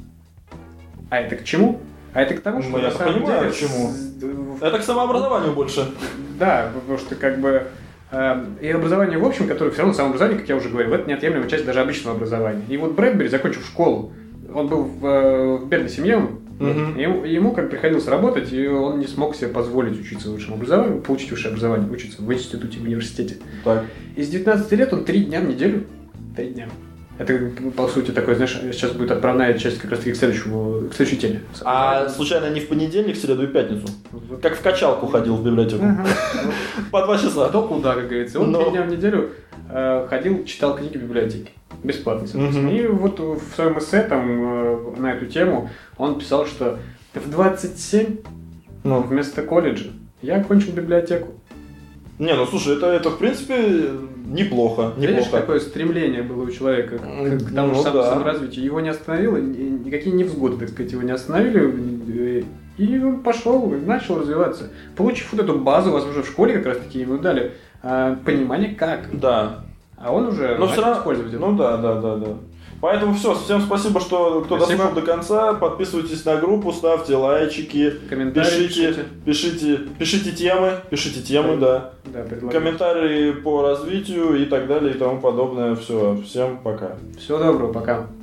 А это к чему? А это к тому, что Ну, на я-то самом понимаю, деле к чему. с- это к самообразованию больше. Да, потому что как бы э, и образование в общем, которое все равно самообразование, как я уже говорил, это неотъемлемая часть даже обычного образования. И вот Брэдбери, закончив школу, он был в, э, в бедной семье, Мгм. ему, ему как приходилось работать, и он не смог себе позволить учиться в высшем образовании, получить высшее образование, учиться в институте, в университете. Так. И с девятнадцати лет он три дня в неделю, три дня. Это, по сути, такой, знаешь, сейчас будет отправная часть как раз таки к следующему, к следующей теме. А случайно не в понедельник, среду и пятницу? Вот. Как в качалку ходил в библиотеку. Ага. По два часа. Кто куда, как говорится. Он Но- три дня в неделю э, ходил, читал книги в библиотеке. Бесплатно, соответственно. Мгм. И вот в своем эссе там, э, на эту тему он писал, что в двадцать семь Ну. вместо колледжа я окончил библиотеку. Не, ну слушай, это, это в принципе неплохо. Видишь, Неплохо. какое стремление было у человека к, М, к тому ну же самому да. саморазвитию. Его не остановило, ни- никакие невзгоды, так сказать, его не остановили. И он пошел, и начал развиваться. Получив вот эту базу, возможно, в школе как раз таки ему дали а, понимание, как. Да. А он уже Но начал все равно, использовать это. ну да, да, да, да. Поэтому все, всем спасибо, что кто Спасибо. дослушал до конца. Подписывайтесь на группу, ставьте лайчики, Комментарии пишите, пишите, пишите темы, пишите темы, да. Да, предлагаю. Комментарии по развитию и так далее и тому подобное. Все, всем пока. Всего доброго, пока.